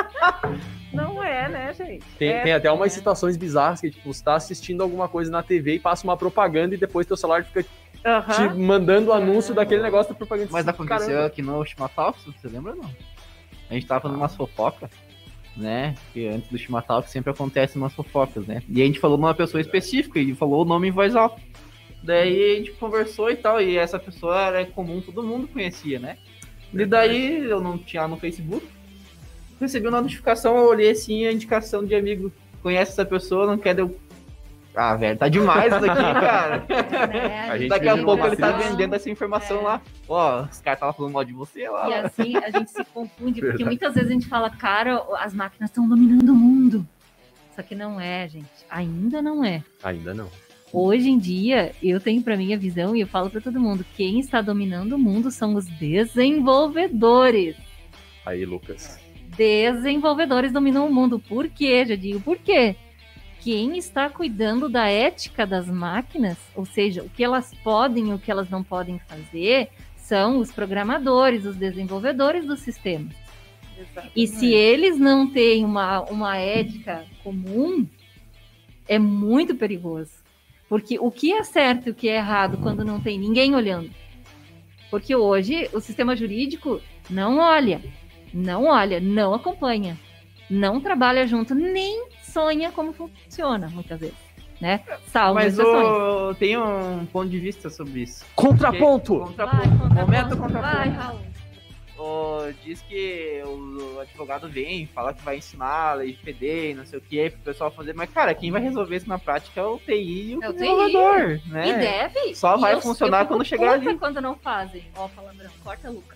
Não é, né, gente? Tem até umas situações bizarras que, tipo, você tá assistindo alguma coisa na TV e passa uma propaganda e depois teu celular fica te mandando o anúncio daquele negócio da propaganda. Mas aconteceu aqui no Chimatalks, você lembra ou não? A gente tava fazendo umas fofocas, né? Que antes do Chimatalks sempre acontecem umas fofocas, né? E a gente falou numa pessoa específica e falou o nome em voz alta. Daí a gente conversou e tal, e essa pessoa era comum, todo mundo conhecia, né? E daí eu não tinha no Facebook, recebi uma notificação, eu olhei assim, a indicação de amigo, conhece essa pessoa, não quer, deu... Ah, velho, tá demais isso daqui, cara. Daqui a pouco ele tá vendendo essa informação lá. Ó, os caras estavam falando mal de você lá. E assim, a gente se confunde, porque muitas vezes a gente fala, cara, as máquinas estão dominando o mundo. Só que não é, gente. Ainda não é. Ainda não. Hoje em dia, eu tenho para mim a visão e eu falo para todo mundo, quem está dominando o mundo são os desenvolvedores. Aí, Lucas. Desenvolvedores dominam o mundo. Por quê? Já digo por quê. Quem está cuidando da ética das máquinas, ou seja, o que elas podem e o que elas não podem fazer, são os programadores, os desenvolvedores do sistema. E se eles não têm uma ética comum, é muito perigoso. Porque o que é certo e o que é errado quando não tem ninguém olhando? Porque hoje o sistema jurídico não olha, não acompanha, não trabalha junto, nem sonha como funciona, muitas vezes, né? Salvo Mas exceções. eu tenho um ponto de vista sobre isso. Contraponto! Momento contraponto. Vai, Raul. Diz que o advogado vem, fala que vai ensinar a lei de PD e não sei o que, pro pessoal fazer, mas, cara, quem vai resolver isso na prática é o TI e o desenvolvedor, né? E deve. Só E vai funcionar quando chegar ali. Quando não fazem. Ó, palavrão. Corta, Lucas.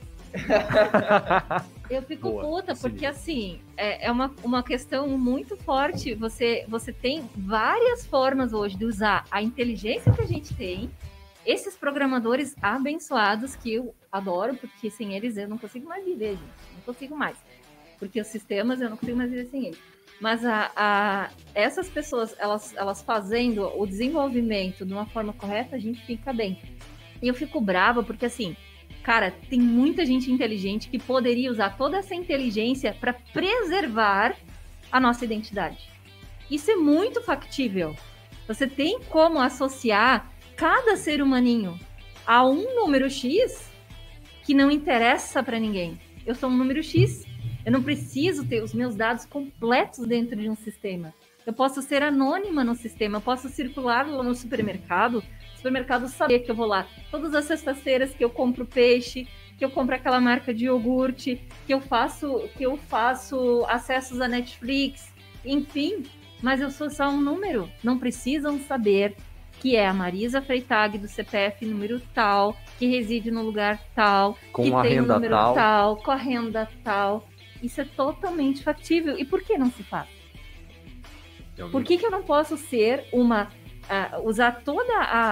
Eu fico Boa, puta, porque sim. assim, é uma questão muito forte. Você tem várias formas hoje de usar a inteligência que a gente tem, esses programadores abençoados que eu adoro, porque sem eles eu não consigo mais viver, gente. Não consigo mais. Porque os sistemas eu não consigo mais viver sem eles. Mas essas pessoas, elas fazendo o desenvolvimento de uma forma correta, a gente fica bem. E eu fico brava porque, assim, cara, tem muita gente inteligente que poderia usar toda essa inteligência para preservar a nossa identidade. Isso é muito factível. Você tem como associar cada ser humaninho a um número X que não interessa para ninguém. Eu sou um número X. Eu não preciso ter os meus dados completos dentro de um sistema. Eu posso ser anônima no sistema. Eu posso circular lá no supermercado. O supermercado saber que eu vou lá todas as sextas-feiras que eu compro peixe, que eu compro aquela marca de iogurte, que eu faço acessos à Netflix, enfim. Mas eu sou só um número. Não precisam saber que é a Marisa Freitag do CPF número tal, que reside no lugar tal, Com que a tem um renda número tal. tal, com a renda tal. Isso é totalmente factível. E por que não se faz? Por que eu não posso ser usar toda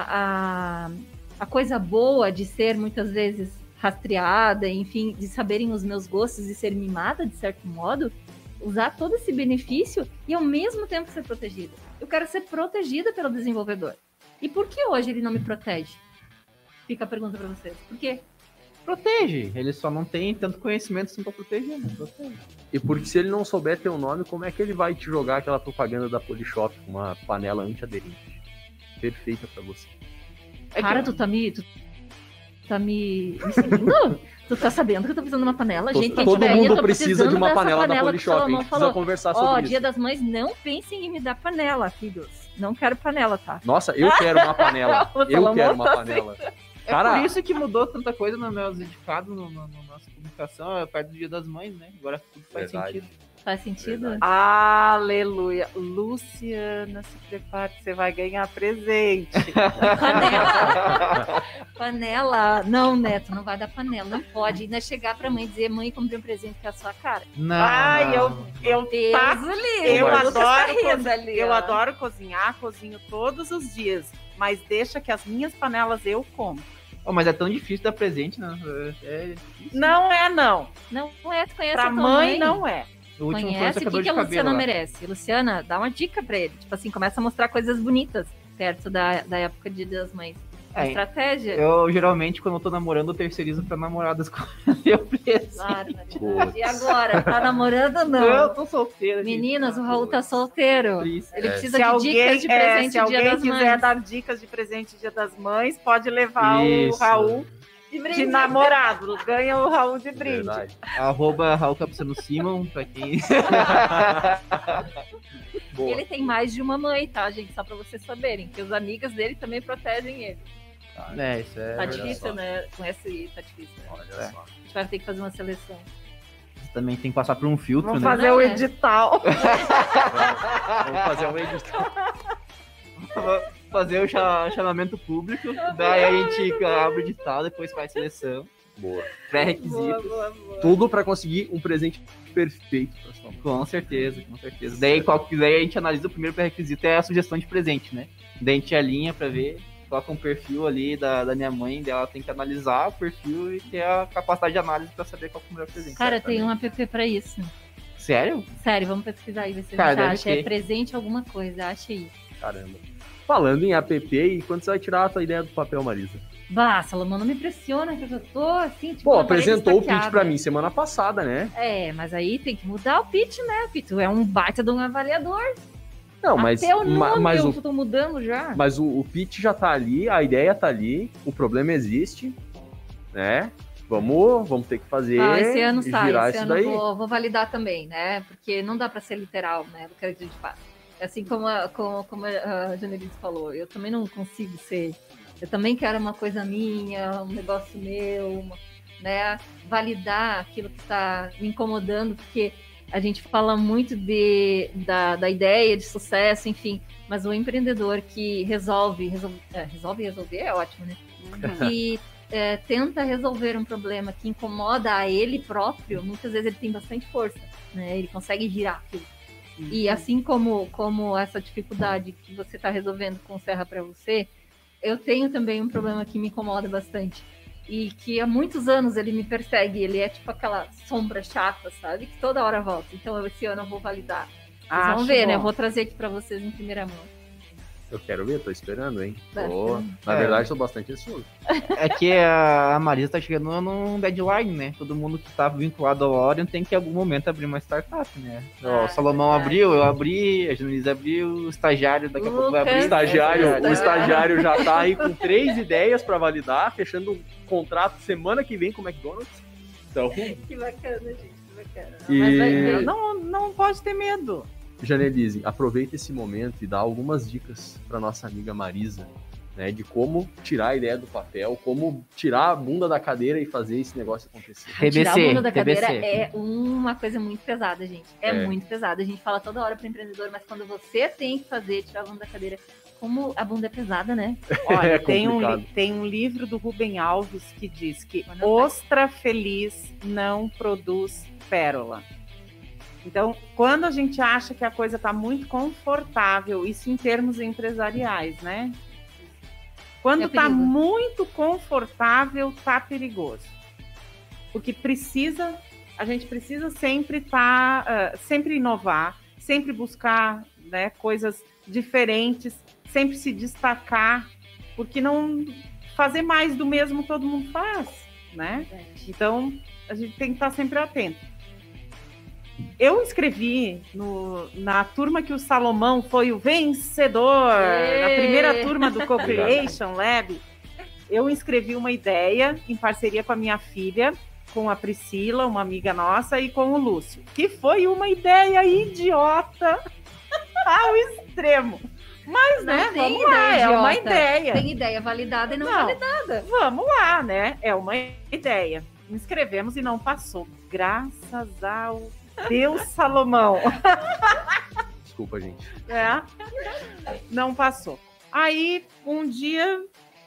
a coisa boa de ser muitas vezes rastreada, enfim, de saberem os meus gostos e ser mimada de certo modo, usar todo esse benefício e ao mesmo tempo ser protegida? Eu quero ser protegida pelo desenvolvedor. E por que hoje ele não me protege? Fica a pergunta para vocês. Por quê? Protege. Ele só não tem tanto conhecimento assim pra proteger, né? Protege. E porque se ele não souber teu nome, como é que ele vai te jogar aquela propaganda da Polishop com uma panela antiaderente? Perfeita pra você. Cara, tu tá me seguindo? Tu tá sabendo que eu tô precisando de uma panela? Gente, quem Todo tiver aí, eu mundo tô precisa precisando de uma dessa panela da que o Polishop. A Salomão gente precisa falou. conversar Ó, sobre Dia isso. das Mães, não pensem em me dar panela, filhos. Não quero panela, tá? Nossa, eu quero uma panela. O Eu Salomão quero uma tá panela. É Cara, por isso que mudou tanta coisa no meu dedicado, na nossa publicação, perto do Dia das Mães, né? Agora tudo faz Verdade. sentido. Faz sentido? Verdade. Aleluia. Luciana, se prepare que você vai ganhar presente. Panela. Panela. Não, Neto, não vai dar panela. Não pode ainda chegar pra mãe e dizer: mãe, comprei um presente com a sua cara. Não. Ai, eu Deus tá, o livre. eu O Lucas tá adoro rindo ali, eu ó. adoro cozinhar, cozinho todos os dias, mas deixa que as minhas panelas eu como. Oh, mas é tão difícil dar presente, né? É difícil. Não é não. Não é, tu conhece Pra a tua mãe não é. O último foi um Conhece o secador que a de cabelo Luciana lá. merece. Luciana, dá uma dica pra ele. Tipo assim, começa a mostrar coisas bonitas perto da época de Dia das Mães. É, Estratégia. Eu geralmente, quando eu tô namorando, eu terceirizo pra namoradas com meu presente. Claro, Putz. e agora? Tá namorando ou não? Eu tô solteiro. Meninas, o Raul tá solteiro. Isso. Ele É. precisa Se de alguém, dicas de presente se Dia alguém das quiser Mães. dar dicas de presente Dia das Mães, pode levar Isso. o Raul De de brinde. namorado. Ganha o Raul de brinde. Verdade. @Raul Capucino Simon, pra quem... Boa. Ele tem mais de uma mãe, tá, gente? Só pra vocês saberem. Que as amigas dele também protegem ele. É, isso é... Tá olha difícil, só. né? Com esse tá difícil. Né? Olha É. só. A gente vai ter que fazer uma seleção. Você também tem que passar por um filtro, Vamos né? fazer Não, o é. edital. Vamos fazer uma edição. Fazer o chamamento público, daí a gente abre o edital, depois faz seleção, Boa. pré-requisitos. boa. Tudo pra conseguir um presente perfeito pra sua mãe. Com certeza, com certeza. Daí a gente analisa o primeiro pré-requisito, é a sugestão de presente, né? Daí a gente alinha pra ver, coloca um perfil ali da minha mãe, daí ela tem que analisar o perfil e ter a capacidade de análise pra saber qual que é o melhor presente. Cara, tem um app pra isso. Sério? Sério, vamos pesquisar aí, ver se a Cara, gente deve acha. É ter. presente alguma coisa, acha aí. Caramba. Falando em app, e quando você vai tirar a tua ideia do papel, Marisa? Bah, Salomão, não me pressiona, que eu já tô assim, tipo, Pô, uma parede apresentou o pitch estaqueada. pra mim semana passada, né? Mas aí tem que mudar o pitch, né? Porque tu é um baita de um avaliador. Não, mas, Até o nome mas, eu o, tô mudando já. mas o pitch já tá ali, a ideia tá ali, o problema existe, né? Vamos ter que fazer Esse ano e sai, girar esse isso ano daí. eu vou validar também, né? Porque não dá para ser literal, né? Do que a gente faz. Assim como a Janelise falou, eu também não consigo ser. Eu também quero uma coisa minha, um negócio meu, né? Validar aquilo que está me incomodando, porque a gente fala muito da ideia de sucesso, enfim, mas o empreendedor que resolve resolver é ótimo, né? Que tenta resolver um problema que incomoda a ele próprio, muitas vezes ele tem bastante força, né? Ele consegue girar aquilo. E assim como essa dificuldade que você está resolvendo com o Serra para você, eu tenho também um problema que me incomoda bastante. E que há muitos anos ele me persegue. Ele é tipo aquela sombra chata, sabe? Que toda hora volta. Então esse ano eu vou validar. Vocês vão ver, né? Eu vou trazer aqui para vocês em primeira mão. Eu quero ver, tô esperando, hein? Bastante. Na verdade, tô bastante ansioso. É que a Marisa tá chegando num deadline, né? Todo mundo que tá vinculado ao Orion tem que em algum momento abrir uma startup, né? O Salomão abriu, eu abri, a Janelise abriu, o estagiário daqui a pouco vai abrir. O estagiário já tá aí com 3 ideias pra validar, fechando um contrato semana que vem com o McDonald's. Então... Que bacana, gente, que bacana. E... Não pode ter medo. Janelise, aproveita esse momento e dá algumas dicas para nossa amiga Marisa, né, de como tirar a ideia do papel, como tirar a bunda da cadeira e fazer esse negócio acontecer. Tirar a bunda da cadeira é uma coisa muito pesada, gente. É muito pesada. A gente fala toda hora para o empreendedor, mas quando você tem que fazer, tirar a bunda da cadeira, como a bunda é pesada, né? Olha, tem um livro do Rubem Alves que diz que ostra feliz não produz pérola. Então, quando a gente acha que a coisa está muito confortável, isso em termos empresariais, né? Quando está muito confortável, está perigoso. Porque a gente precisa sempre sempre inovar, sempre buscar, né, coisas diferentes, sempre se destacar, porque não fazer mais do mesmo todo mundo faz, né? Então, a gente tem que estar sempre atento. Eu inscrevi na turma que o Salomão foi o vencedor, na primeira turma do Co-Creation Lab. Eu inscrevi uma ideia em parceria com a minha filha, com a Priscila, uma amiga nossa, e com o Lúcio, que foi uma ideia idiota ao extremo. Mas, né, vamos lá, é uma ideia. Tem ideia validada e não validada. Vamos lá, né, é uma ideia. Inscrevemos e não passou, graças ao Deus, Salomão. Desculpa, gente. Não passou. Aí, um dia,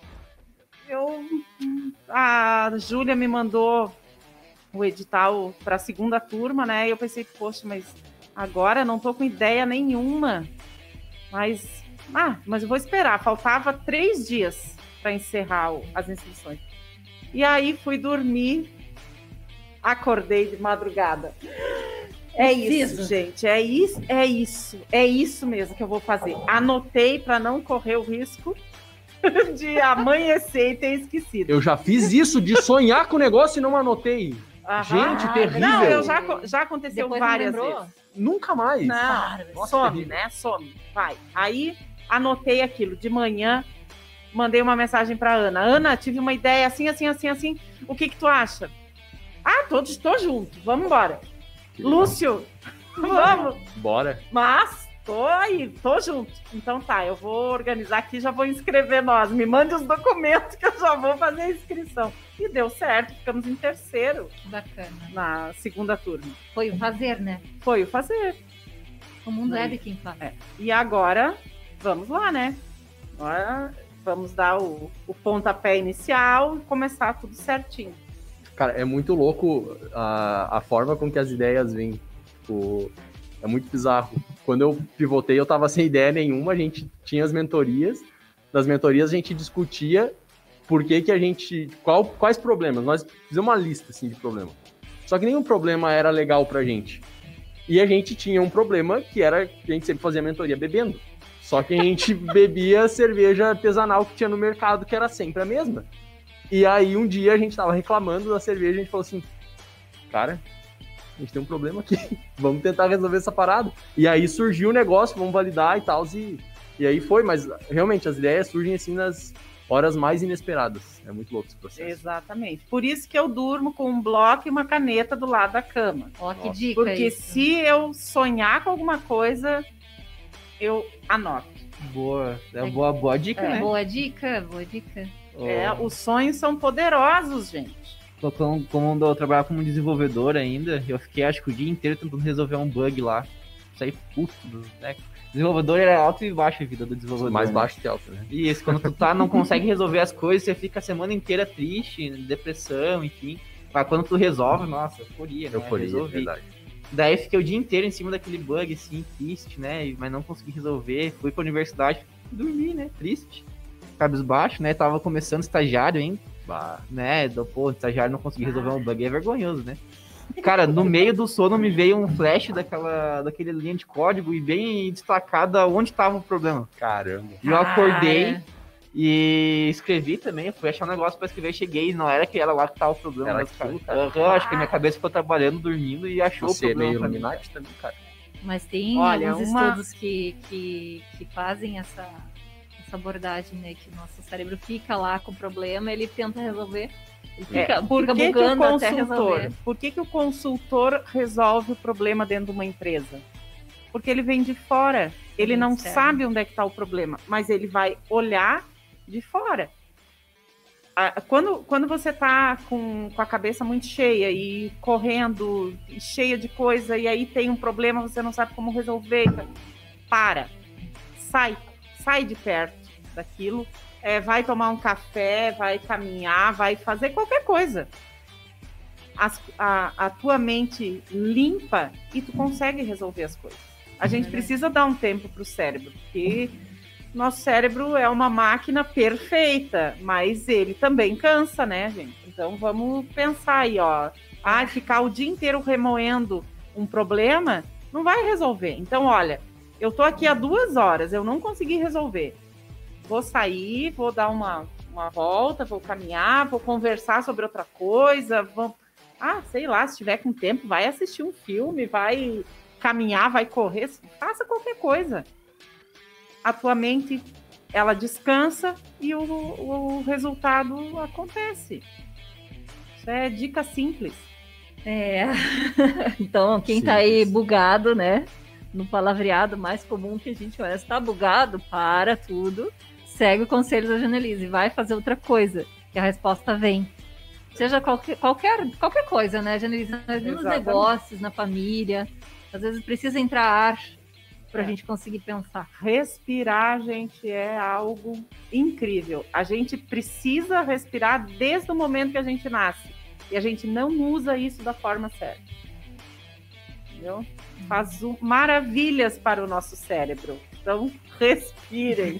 a Júlia me mandou o edital para a segunda turma, né? E eu pensei, poxa, mas agora não tô com ideia nenhuma. Mas eu vou esperar. Faltava 3 dias para encerrar as inscrições. E aí fui dormir, acordei de madrugada. É isso, gente. É isso mesmo que eu vou fazer. Anotei para não correr o risco de amanhecer e ter esquecido. Eu já fiz isso de sonhar com o negócio e não anotei. Gente, terrível. Não, já aconteceu depois várias vezes. Nunca mais. Não, some, né? Some. Vai. Aí anotei aquilo. De manhã, mandei uma mensagem para Ana. Ana, tive uma ideia assim. O que tu acha? Tô junto. Vamos embora. Lúcio, vamos. Bora. Mas tô junto. Então tá, eu vou organizar aqui, já vou inscrever nós. Me mande os documentos que eu já vou fazer a inscrição. E deu certo, ficamos em terceiro. Que bacana. Na segunda turma. Foi o fazer, né? Foi o fazer. O mundo é de quem faz. E agora, vamos lá, né? Agora vamos dar o pontapé inicial e começar tudo certinho. Cara, é muito louco a forma com que as ideias vêm. Tipo, é muito bizarro. Quando eu pivotei, eu tava sem ideia nenhuma, a gente tinha as mentorias. Das mentorias, a gente discutia por que a gente... Quais problemas. Nós fizemos uma lista, assim, de problemas. Só que nenhum problema era legal pra gente. E a gente tinha um problema que era que a gente sempre fazia mentoria bebendo. Só que a gente bebia cerveja artesanal que tinha no mercado, que era sempre a mesma. E aí um dia a gente tava reclamando da cerveja e a gente falou assim, cara, a gente tem um problema aqui, vamos tentar resolver essa parada. E aí surgiu o negócio, vamos validar e tal, e aí foi, mas realmente as ideias surgem assim nas horas mais inesperadas. É muito louco esse processo. Exatamente. Por isso que eu durmo com um bloco e uma caneta do lado da cama. Ó, que dica. Porque isso. se eu sonhar com alguma coisa, eu anoto. Boa. É boa dica, né? Boa dica. Os sonhos são poderosos, gente. Quando eu trabalhava como desenvolvedor ainda, eu fiquei acho que o dia inteiro tentando resolver um bug lá. Saí puto, né? Desenvolvedor era alto e baixo a vida do desenvolvedor. Mais né? baixo que alto, né? E isso, quando tu não consegue resolver as coisas, você fica a semana inteira triste, depressão, enfim. Mas quando tu resolve, nossa, euforia, né? Resolvi. Verdade. Daí fiquei o dia inteiro em cima daquele bug, assim, triste, né? Mas não consegui resolver. Fui pra universidade, dormi, né? Triste. Cabisbaixo, né? Tava começando estagiário ainda. Né? Estagiário não consegui resolver um bug. É vergonhoso, né? Cara, no meio do sono me veio um flash daquele linha de código e bem destacada onde tava o problema. Caramba. E eu acordei e escrevi também. Fui achar um negócio pra escrever. Cheguei, não era que era lá que tava o problema. Era mas, aquilo, cara. Acho que minha cabeça ficou trabalhando, dormindo e achou Você o problema. é meio Illuminati também, cara. Mas tem alguns estudos que fazem essa abordagem, né? Que o nosso cérebro fica lá com o problema, ele tenta resolver. Ele fica bugando até resolver. Por que o consultor resolve o problema dentro de uma empresa? Porque ele vem de fora. Ele não sabe onde é que está o problema, mas ele vai olhar de fora. Quando você está com a cabeça muito cheia e correndo, cheia de coisa, e aí tem um problema, você não sabe como resolver, para. Sai de perto daquilo. Vai tomar um café, vai caminhar, vai fazer qualquer coisa. A tua mente limpa e tu consegue resolver as coisas. A gente precisa dar um tempo pro cérebro, porque nosso cérebro é uma máquina perfeita, mas ele também cansa, né, gente? Então vamos pensar aí, ó. Ficar o dia inteiro remoendo um problema não vai resolver. Então, olha, eu tô aqui há 2 horas, eu não consegui resolver. Vou sair, vou dar uma volta, vou caminhar, vou conversar sobre outra coisa, sei lá, se tiver com tempo, vai assistir um filme, vai caminhar, vai correr, faça qualquer coisa. A tua mente, ela descansa e o resultado acontece. Isso é dica simples. Então, quem tá aí bugado, né? No palavreado mais comum que a gente conhece, tá bugado, para tudo. Segue o conselho da Janelise, vai fazer outra coisa, que a resposta vem. Seja qualquer coisa, né, Janelise? Nos negócios, na família, às vezes precisa entrar ar para a gente conseguir pensar. Respirar, gente, é algo incrível. A gente precisa respirar desde o momento que a gente nasce. E a gente não usa isso da forma certa. Entendeu? Faz maravilhas para o nosso cérebro. Então, respirem.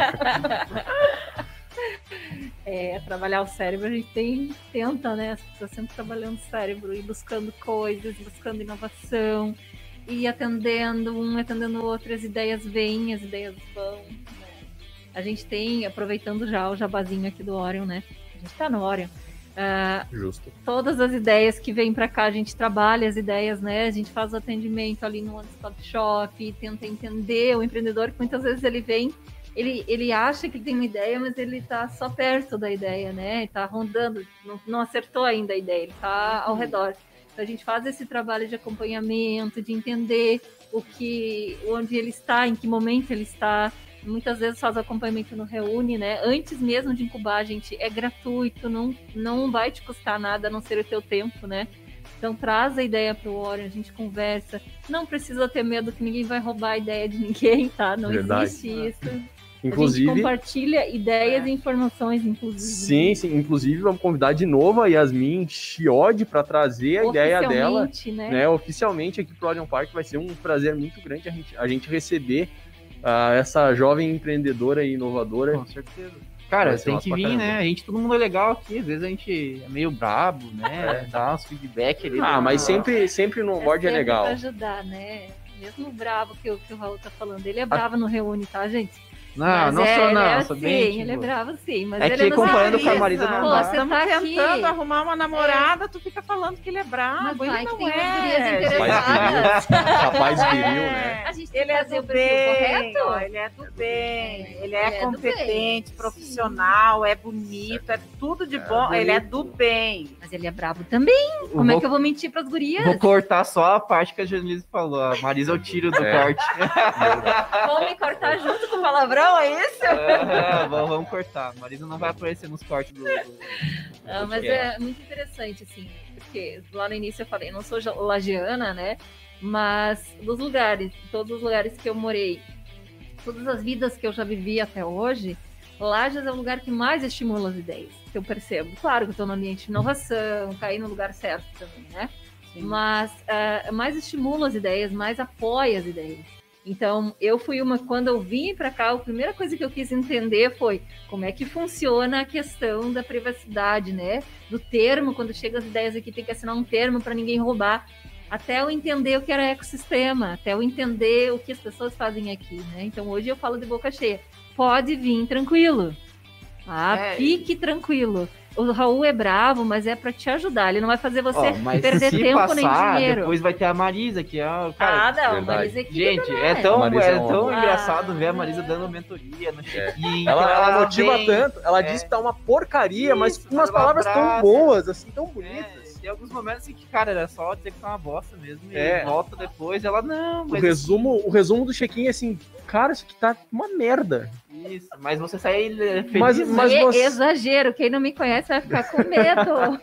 Trabalhar o cérebro, a gente tenta, né? Está sempre trabalhando o cérebro e buscando coisas, buscando inovação, e atendendo o outro, as ideias vêm, as ideias vão. Né? A gente tem, aproveitando já o jabazinho aqui do Orion, né? A gente está no Orion. Justo. Todas as ideias que vêm para cá, a gente trabalha as ideias, né? A gente faz o atendimento ali no One Stop Shop, tenta entender o empreendedor, que muitas vezes ele vem, ele acha que tem uma ideia, mas ele tá só perto da ideia, né? Ele tá rondando, não acertou ainda a ideia, ele tá ao redor. Então a gente faz esse trabalho de acompanhamento, de entender onde ele está, em que momento ele está. Muitas vezes faz acompanhamento no Reúne, né? Antes mesmo de incubar, gente, é gratuito, não vai te custar nada, a não ser o teu tempo, né? Então traz a ideia para o Orion, a gente conversa. Não precisa ter medo que ninguém vai roubar a ideia de ninguém, tá? Não existe isso. Inclusive, a gente compartilha ideias e informações, inclusive. Sim. Inclusive, vamos convidar de novo a Yasmin Chiodi para trazer a ideia dela, né? Oficialmente aqui pro Orion Park. Vai ser um prazer muito grande a gente receber essa jovem empreendedora e inovadora. Com certeza. Cara, tem que vir, né? Todo mundo é legal aqui. Às vezes a gente é meio brabo, né? Dá uns feedback ali. Mas sempre no board é legal. Pra ajudar, né? mesmo bravo que o Raul tá falando, ele é bravo no Reúne, tá, gente? Não, Mas não sou não, ele sou sim, bem. ele é Tipo, bravo sim, mas é ele que não comparando com a sabe. Marisa não Pô, dá. você Estamos tá aqui. tentando arrumar uma namorada, tu fica falando que ele é bravo. Mas Ele vai que não tem umas gurias é. interessadas. Rapaz viril, né? A gente tem Ele que é fazer o do perfil bem, correto. ó, ele é do bem, ele Ele é é do competente, bem. profissional, é bonito, é tudo de bom, ele é do bem. Mas ele é brabo também. Como é vou, que eu vou mentir pras gurias? vou cortar só a parte que a Janilise falou. A Marisa eu tiro do corte. Vão me cortar junto com o palavrão, é isso? Vamos cortar. A Marisa não vai aparecer nos cortes do Não, mas é muito interessante, assim, porque lá no início eu falei, não sou lagiana, né? Mas dos lugares, todos os lugares que eu morei, todas as vidas que eu já vivi até hoje, Lages é o lugar que mais estimula as ideias, que eu percebo. Claro que eu estou no ambiente de inovação, caí no lugar certo também, né? Sim. Mas mais estimula as ideias, mais apoia as ideias. Então, quando eu vim para cá, a primeira coisa que eu quis entender foi como é que funciona a questão da privacidade, né? Do termo, quando chega as ideias aqui, tem que assinar um termo para ninguém roubar. Até eu entender o que era ecossistema, até eu entender o que as pessoas fazem aqui, né? Então, hoje eu falo de boca cheia. Pode vir tranquilo. Fique tranquilo. O Raul é bravo, mas é para te ajudar. Ele não vai fazer você mas perder se tempo passar, nem dinheiro. depois vai ter a Marisa, que é cara, Não, verdade. Marisa aqui gente, também. é tão Marisa engraçado ver a Marisa dando mentoria no check-in. Ela motiva vem, tanto, ela diz que tá uma porcaria, mas Isso, umas ela palavras tão abraça. boas, assim, tão bonitas. Tem alguns momentos assim que, cara, era só dizer que tá uma bosta mesmo. É. E volta depois, ela não. O Mas resumo do check-in é assim, cara, isso aqui tá uma merda. Isso, mas você sai feliz. Mas você- Exagero, quem não me conhece vai ficar com medo.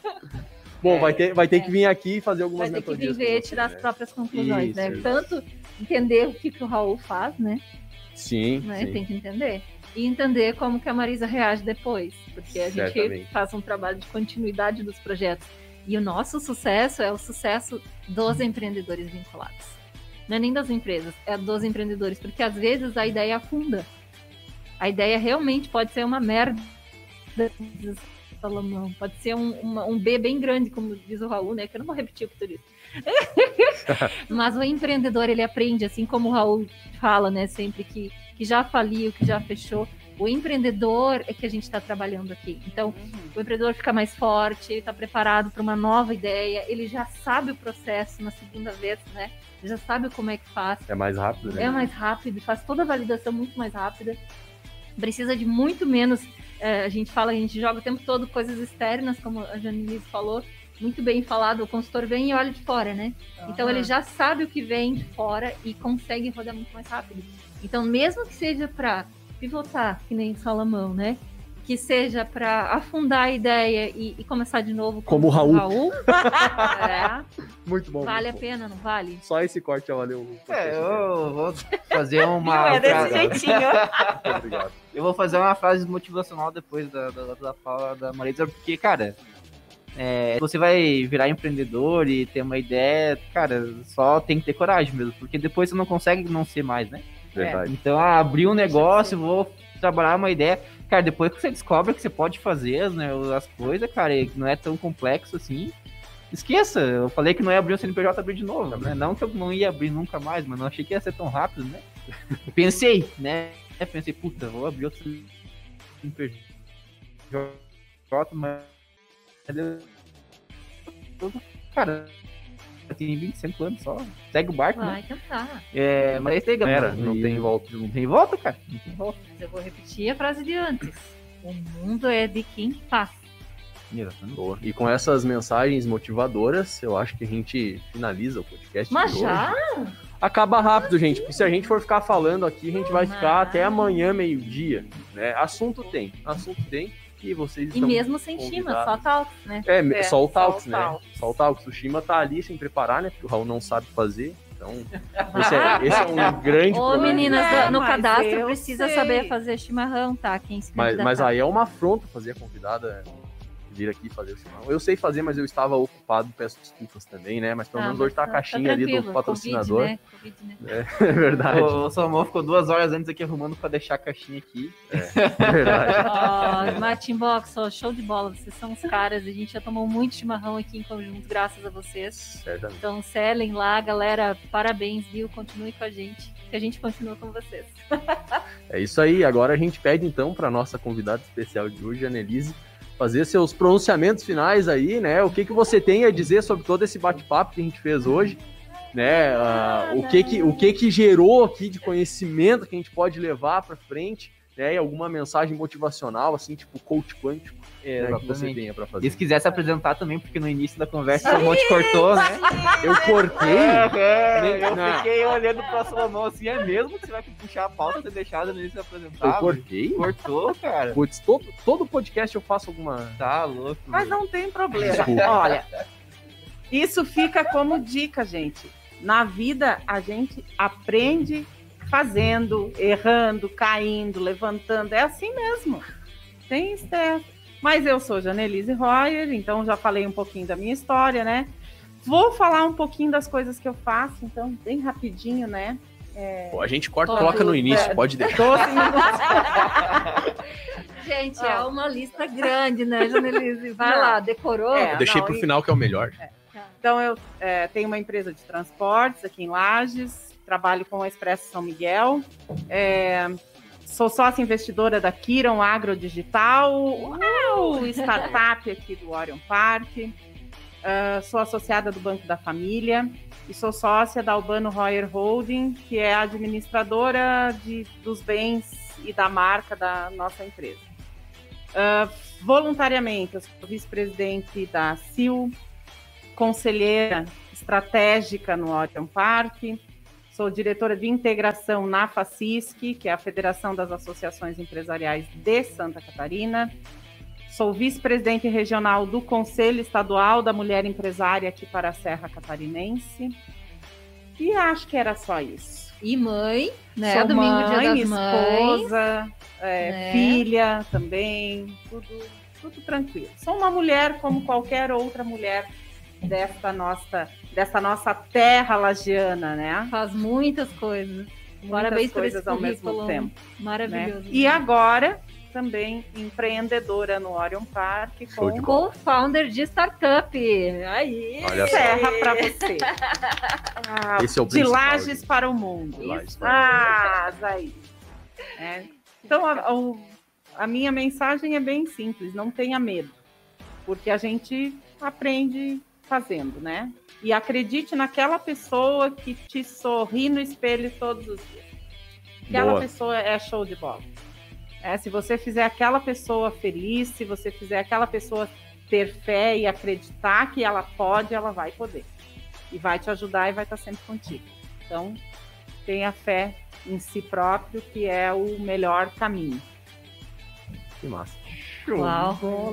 Bom, vai ter que vir aqui e fazer algumas Vai ter que mentorias viver, com você, tirar né? as próprias conclusões, Isso, né? exato. Tanto entender o que o Raul faz, né? Sim, Né? sim. Tem que entender. E entender como que a Marisa reage depois. Porque a gente Certamente. faz um trabalho de continuidade dos projetos. E o nosso sucesso é o sucesso dos empreendedores vinculados. Não é nem das empresas, é dos empreendedores. Porque às vezes a ideia afunda. A ideia realmente pode ser uma merda. Salomão. Pode ser um B bem grande, como diz o Raul, né? Que eu não vou repetir o que tu disse. Mas o empreendedor, ele aprende, assim como o Raul fala, né? Sempre que já faliu, que já fechou. O empreendedor é que a gente está trabalhando aqui. Então, o empreendedor fica mais forte, ele está preparado para uma nova ideia, ele já sabe o processo na segunda vez, né? Ele já sabe como é que faz. É mais rápido, né? É mais rápido, faz toda a validação muito mais rápida. Precisa de muito menos. A gente joga o tempo todo coisas externas, como a Janilise falou, muito bem falado. O consultor vem e olha de fora, né? Então ele já sabe o que vem de fora e consegue rodar muito mais rápido. Então, mesmo que seja para pivotar, que nem Salomão, né? Que seja para afundar a ideia e começar de novo Como o Raul. Muito bom. Vale a muito bom. pena, não vale? Só esse corte já valeu. Eu vou fazer uma. É desse jeitinho. Muito obrigado. Eu vou fazer uma frase motivacional depois da fala da Marisa, porque, cara, você vai virar empreendedor e ter uma ideia, cara, só tem que ter coragem mesmo, porque depois você não consegue não ser mais, né? Verdade. Então, abrir um negócio, vou trabalhar uma ideia. Cara, depois que você descobre que você pode fazer as coisas, cara, e não é tão complexo assim, esqueça. Eu falei que não ia abrir o CNPJ, abrir de novo, né? Não que eu não ia abrir nunca mais, mas não achei que ia ser tão rápido, né? Pensei, né? Pensei, puta, vou abrir outro CNPJ, mas... Cara, eu tenho 25 anos só, segue o barco, Vai né? tentar. Mas tem Não tem volta. Não tem volta, cara. Não tem volta. Mas eu vou repetir a frase de antes. O mundo é de quem faz. Exatamente. Boa. E com essas mensagens motivadoras, eu acho que a gente finaliza o podcast. Mas de já? hoje. Acaba rápido, gente, porque se a gente for ficar falando aqui, a gente vai ficar até amanhã, meio-dia, né? Assunto tem, e vocês E estão mesmo sem Shima, só convidados. Talks, né? Só o só Talks, o né? Talks. Só o Talks. O Shima tá ali sem preparar, né? Porque o Raul não sabe fazer. Então, esse é um grande Ô, problema. meninas, no mas cadastro eu precisa sei. saber fazer chimarrão, tá? Quem se Mas candidatar. aí é uma afronta fazer a convidada vir aqui fazer o chimarrão. Eu sei fazer, mas eu estava ocupado, peço desculpas também, né? Mas pelo menos hoje tá a caixinha ali do patrocinador. COVID, né? É verdade. O Salomão ficou 2 horas antes aqui arrumando pra deixar a caixinha aqui. É verdade. Ó, Martin Box, ó, show de bola, vocês são os caras, a gente já tomou muito chimarrão aqui em conjunto, graças a vocês. Certamente. Então, selem lá, galera, parabéns, viu? Continue com a gente, que a gente continua com vocês. É isso aí. Agora a gente pede então para nossa convidada especial de hoje, Annelise, fazer seus pronunciamentos finais aí, né? O que você tem a dizer sobre todo esse bate-papo que a gente fez hoje, né? O que gerou aqui de conhecimento que a gente pode levar para frente, né? E alguma mensagem motivacional, assim, tipo coach quântico, né, que você tenha para fazer. E se quiser se apresentar também, porque no início da conversa o Salomão te cortou, né? Eu cortei? Eu fiquei olhando pro Salomão assim, é mesmo que você vai puxar a pauta, ter deixado no início se apresentar? Eu cortei? Cortou, cara. Putz, todo podcast eu faço alguma... Tá louco. Mas não tem problema. Desculpa. Olha, isso fica como dica, gente. Na vida, a gente aprende fazendo, errando, caindo, levantando. É assim mesmo. Tem estresse. Mas eu sou Janelise Royer, então já falei um pouquinho da minha história, né? Vou falar um pouquinho das coisas que eu faço, então, bem rapidinho, né? Pô, a gente corta e coloca no início, pode deixar. 12 minutos. Gente, é uma lista grande, né, Janelise? Vai lá, decorou? É. Eu deixei pro final, que é o melhor. Então, eu tenho uma empresa de transportes aqui em Lages, trabalho com a Expresso São Miguel, sou sócia investidora da Kiron Agrodigital, startup aqui do Orion Park, sou associada do Banco da Família e sou sócia da Albano Royer Holding, que é a administradora dos bens e da marca da nossa empresa. Voluntariamente, eu sou vice-presidente da CIL, conselheira estratégica no Orion Park, sou diretora de integração na FACISC, que é a Federação das Associações Empresariais de Santa Catarina, sou vice-presidente regional do Conselho Estadual da Mulher Empresária aqui para a Serra Catarinense, e acho que era só isso. E mãe, né? Sou Domingo, mãe, dia das mães. esposa, né? filha também, tudo tranquilo. Sou uma mulher como qualquer outra mulher dessa nossa terra lagiana, né? Faz muitas coisas. Parabéns por esse coisas ao mesmo currículo tempo. maravilhoso. Né? E agora, também empreendedora no Orion Park, Show de com bola. Co-founder de startup. Aí. Olha só. serra para você. Esse é o De principal, Lages gente. para o mundo. De Lages para Aí. Então, a minha mensagem é bem simples, não tenha medo, porque a gente aprende fazendo, né? E acredite naquela pessoa que te sorri no espelho todos os dias. Aquela Boa. pessoa é show de bola. Se você fizer aquela pessoa feliz, se você fizer aquela pessoa ter fé e acreditar que ela pode, ela vai poder. E vai te ajudar e vai estar sempre contigo. Então, tenha fé em si próprio, que é o melhor caminho. Que massa. Uau.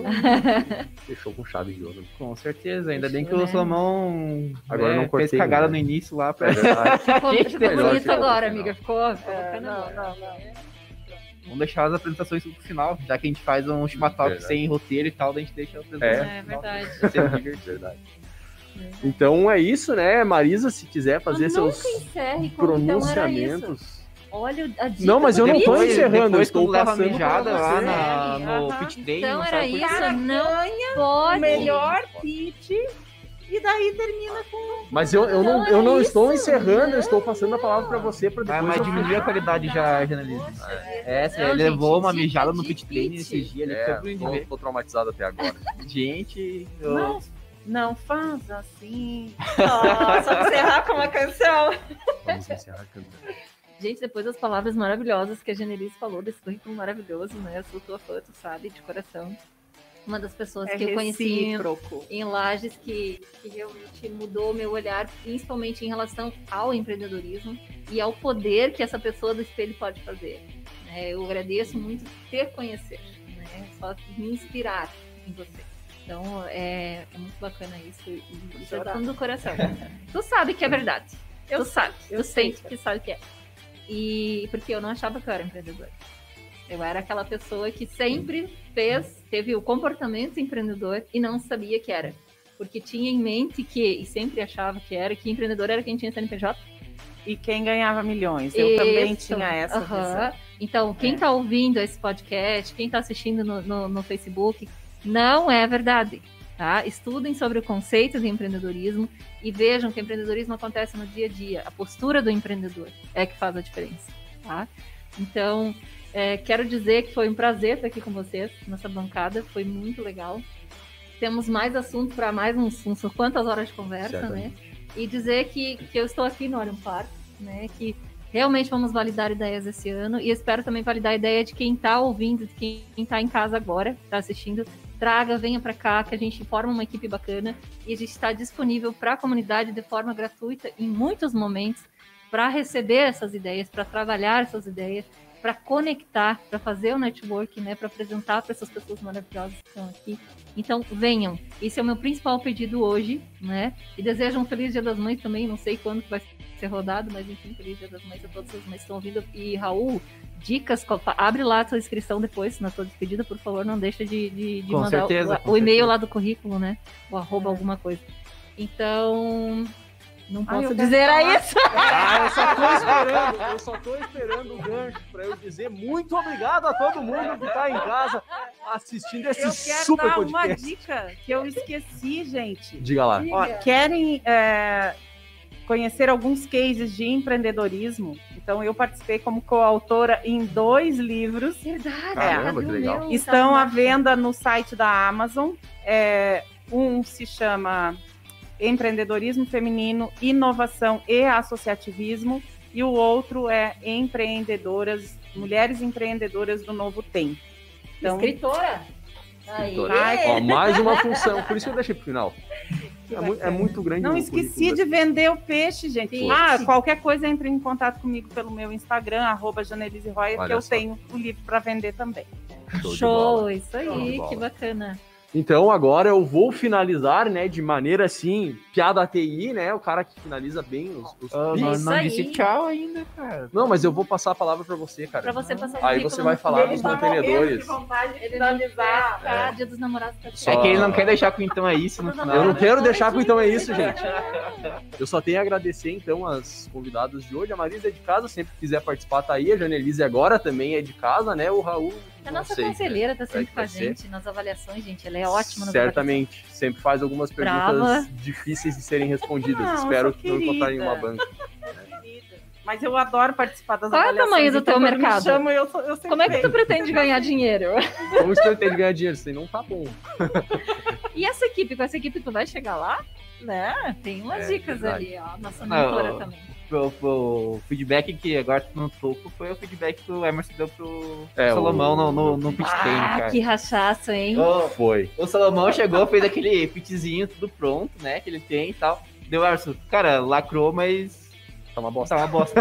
Fechou com chave de ouro. Com certeza, ainda bem que Fechou, o né? Salomão Agora não fez cortei, cagada né? no início lá. Pra... É verdade. Ficou melhor bonito ficar no agora, final. amiga. Ficou bacana. Não. Vamos deixar as apresentações pro final, já que a gente faz um chimatalk Verdade. sem roteiro e tal, daí a gente deixa a apresentação. É no final. verdade. Vai ser divertido. Verdade. Então é isso, né? Marisa, se quiser fazer Mas seus nunca encerre com então era isso. pronunciamentos. Olha a dica. Não, mas eu não tô Depois- encerrando, eu depois estou quando leva a passando mijada pra lá você. no Aham. pit train, Então não era sabe por isso. quê. Cara, não ganha pode. o melhor pitch e daí termina com... Mas eu não Não, eu não é estou isso. encerrando, eu Não, estou passando a palavra para você para Vai, depois. mas eu diminuiu a qualidade já, jornalista. Você Não, levou gente, uma dica mijada no de pit train pitch. esses dias, ele É, ficou de ver. tô traumatizado até agora. Gente, Não faz assim. Só encerrar com uma canção. Vamos encerrar cantando. Gente, depois das palavras maravilhosas que a Genelise falou, desse currículo maravilhoso, né? Eu sou tua fã, tu sabe, de coração. Uma das pessoas que eu conheci recíproco. em Lages que realmente mudou o meu olhar, principalmente em relação ao empreendedorismo e ao poder que essa pessoa do espelho pode fazer. Eu agradeço muito te conhecer, né? Só me inspirar em você. Então, é muito bacana isso. E isso é do fundo do coração. Tu sabe que é verdade. Tu sabe. Tu sente que sabe que é. E porque eu não achava que eu era empreendedora. Eu era aquela pessoa que sempre teve o comportamento empreendedor e não sabia que era. Porque tinha em mente e sempre achava que empreendedor era quem tinha CNPJ. E quem ganhava milhões. Eu também tinha essa visão. Então, quem está ouvindo esse podcast, quem está assistindo no Facebook, não é verdade. Tá? Estudem sobre o conceito de empreendedorismo e vejam que o empreendedorismo acontece no dia a dia. A postura do empreendedor é que faz a diferença. Tá? Então, quero dizer que foi um prazer estar aqui com vocês nessa bancada, foi muito legal. Temos mais assunto para mais uns quantas horas de conversa, né? E dizer que eu estou aqui no Orion Park, né? Que realmente vamos validar ideias esse ano e espero também validar a ideia de quem está ouvindo, de quem está em casa agora, está assistindo, venha para cá, que a gente forma uma equipe bacana e a gente está disponível para a comunidade de forma gratuita em muitos momentos para receber essas ideias, para trabalhar essas ideias, para conectar, para fazer o network, né, para apresentar para essas pessoas maravilhosas que estão aqui. Então, venham. Esse é o meu principal pedido hoje, né? E desejo um feliz Dia das Mães também. Não sei quando vai ser rodado, mas enfim, feliz Dia das Mães a todas as mães que estão ouvindo. E, Raul, dicas, abre lá a sua inscrição depois, na sua despedida, por favor, não deixa de mandar o e-mail lá do currículo, né? O @ alguma coisa. Então... Não posso dizer isso. Eu só tô esperando o gancho para eu dizer muito obrigado a todo mundo que está em casa assistindo esse super podcast. Uma dica que eu esqueci, gente. Diga lá. Ó, querem conhecer alguns cases de empreendedorismo? Então, eu participei como coautora em 2 livros. Verdade. Caramba, que legal. Estão à venda no site da Amazon. Um se chama Empreendedorismo Feminino, Inovação e Associativismo, e o outro é Mulheres Empreendedoras do Novo Tempo. Então, escritora. Ó, mais uma função, por isso que eu deixei pro final. É muito grande. Não esqueci de vender o peixe, gente. Qualquer coisa, entre em contato comigo pelo meu Instagram, @JaneliseRoyer, que eu tenho o livro para vender também. Show, isso aí, que bacana. Então, agora eu vou finalizar, né, de maneira assim, piada ATI, né, o cara que finaliza bem os não disse tchau ainda, cara. Não, mas eu vou passar a palavra pra você, cara. Pra você passar o Aí você vai falar dos mantenedores. Dia dos Namorados. É que ele não quer deixar com então é isso no final. Eu não quero deixar com então é isso, gente. Eu só tenho a agradecer, então, as convidadas de hoje. A Marisa é de casa, sempre que quiser participar, tá aí. A Janelise agora também é de casa, né, o Raul... A nossa conselheira tá sempre com a gente nas avaliações, gente. Ela é ótima nas Certamente. Sempre faz algumas perguntas difíceis de serem respondidas. Espero que não encontrarem uma banca. Mas eu adoro participar das avaliações. Qual é o tamanho do teu mercado? Eu Como é que tu pretende ganhar dinheiro? Como você pretende ganhar dinheiro? Isso aí não tá bom. E essa equipe? Com essa equipe tu vai chegar lá? Né? Tem umas dicas ali, ó. Nossa mentora também. O feedback que agora tá no topo foi o feedback que o Emerson deu pro Salomão no pit game, cara. Que rachaço, hein? Foi. O Salomão chegou, fez aquele pitzinho tudo pronto, né, que ele tem e tal. Deu, Emerson, cara, lacrou, mas... Tá uma bosta.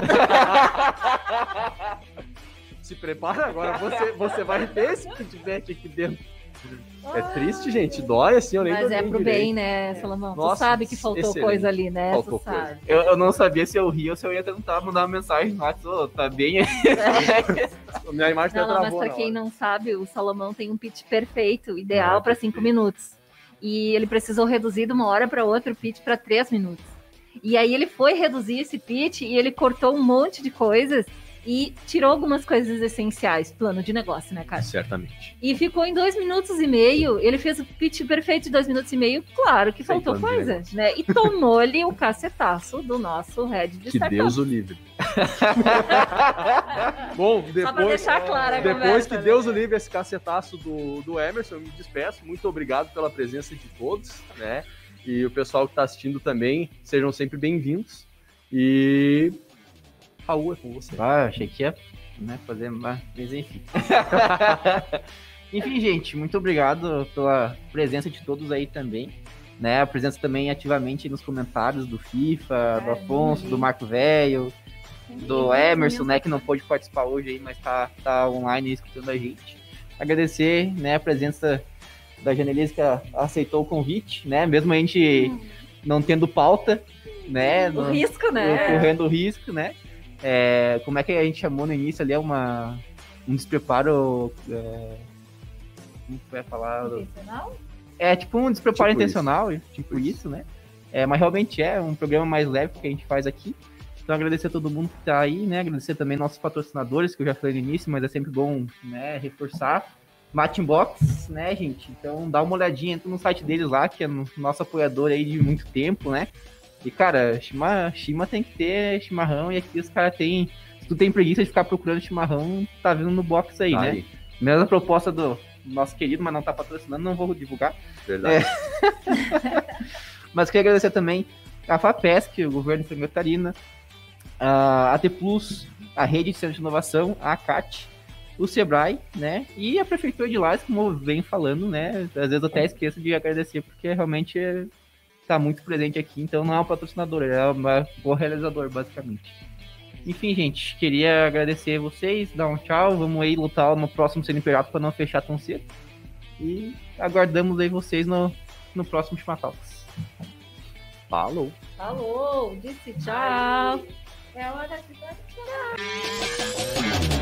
Se prepara agora, você vai ter esse feedback aqui dentro. É triste, gente, dói assim, eu nem Mas é pro bem, né, Salomão? Nossa, tu sabe que faltou coisa ali, né? Faltou coisa. Eu não sabia se eu ria ou se eu ia tentar mandar uma mensagem no WhatsApp, tá bem aí. Minha imagem não, mas pra quem não sabe, o Salomão tem um pitch perfeito, ideal para 5 minutos. E ele precisou reduzir de uma hora para outra o pitch para 3 minutos. E aí ele foi reduzir esse pitch e ele cortou um monte de coisas e tirou algumas coisas essenciais, plano de negócio, né, cara? Certamente. E ficou em 2 minutos e meio, ele fez o pitch perfeito de 2 minutos e meio, claro que sem faltou coisa, né? E tomou-lhe o cacetaço do nosso head de startup. Que Deus o livre. Bom, depois que Deus o livre esse cacetaço do Emerson, eu me despeço. Muito obrigado pela presença de todos, né? E o pessoal que está assistindo também, sejam sempre bem-vindos. E... Raul, é com você. Achei que ia fazer mais, mas enfim. Enfim, gente, muito obrigado pela presença de todos aí também. Né? A presença também ativamente nos comentários do FIFA, do Afonso, do Marco Velho, do Emerson, né, que não pôde participar hoje aí, mas tá online escutando a gente. Agradecer, né, a presença da Janelise, que aceitou o convite, né? Mesmo a gente não tendo pauta, né? Risco, né? Correndo o risco, né? Como é que a gente chamou no início ali? É uma um despreparo. Como vai falar? Intencional? É tipo um despreparo Tipo intencional, tipo isso, né? Mas realmente é um programa mais leve que a gente faz aqui. Então agradecer a todo mundo que tá aí, né? Agradecer também nossos patrocinadores, que eu já falei no início, mas é sempre bom, né, reforçar. Matinbox, né, gente? Então dá uma olhadinha, entra no site deles lá, que é nosso apoiador aí de muito tempo, né? E, cara, Shima tem que ter chimarrão, e aqui os caras têm... Se tu tem preguiça de ficar procurando chimarrão, tá vindo no box aí, né? Mesma proposta do nosso querido, mas não tá patrocinando, não vou divulgar. Verdade. Mas queria agradecer também a FAPESC, o governo de Santa Catarina, a AT Plus, a Rede de Centro de Inovação, a ACAT, o Sebrae, né? E a Prefeitura de Lages, como eu venho falando, né? Às vezes eu até esqueço de agradecer, porque realmente tá muito presente aqui, então não é um patrocinador, é um realizador, basicamente. Enfim, gente, queria agradecer vocês, dar um tchau, vamos aí lutar no próximo CNPJ para não fechar tão cedo. E aguardamos aí vocês no próximo Chimatalks. Falou. Falou, disse tchau. É hora de dar tchau.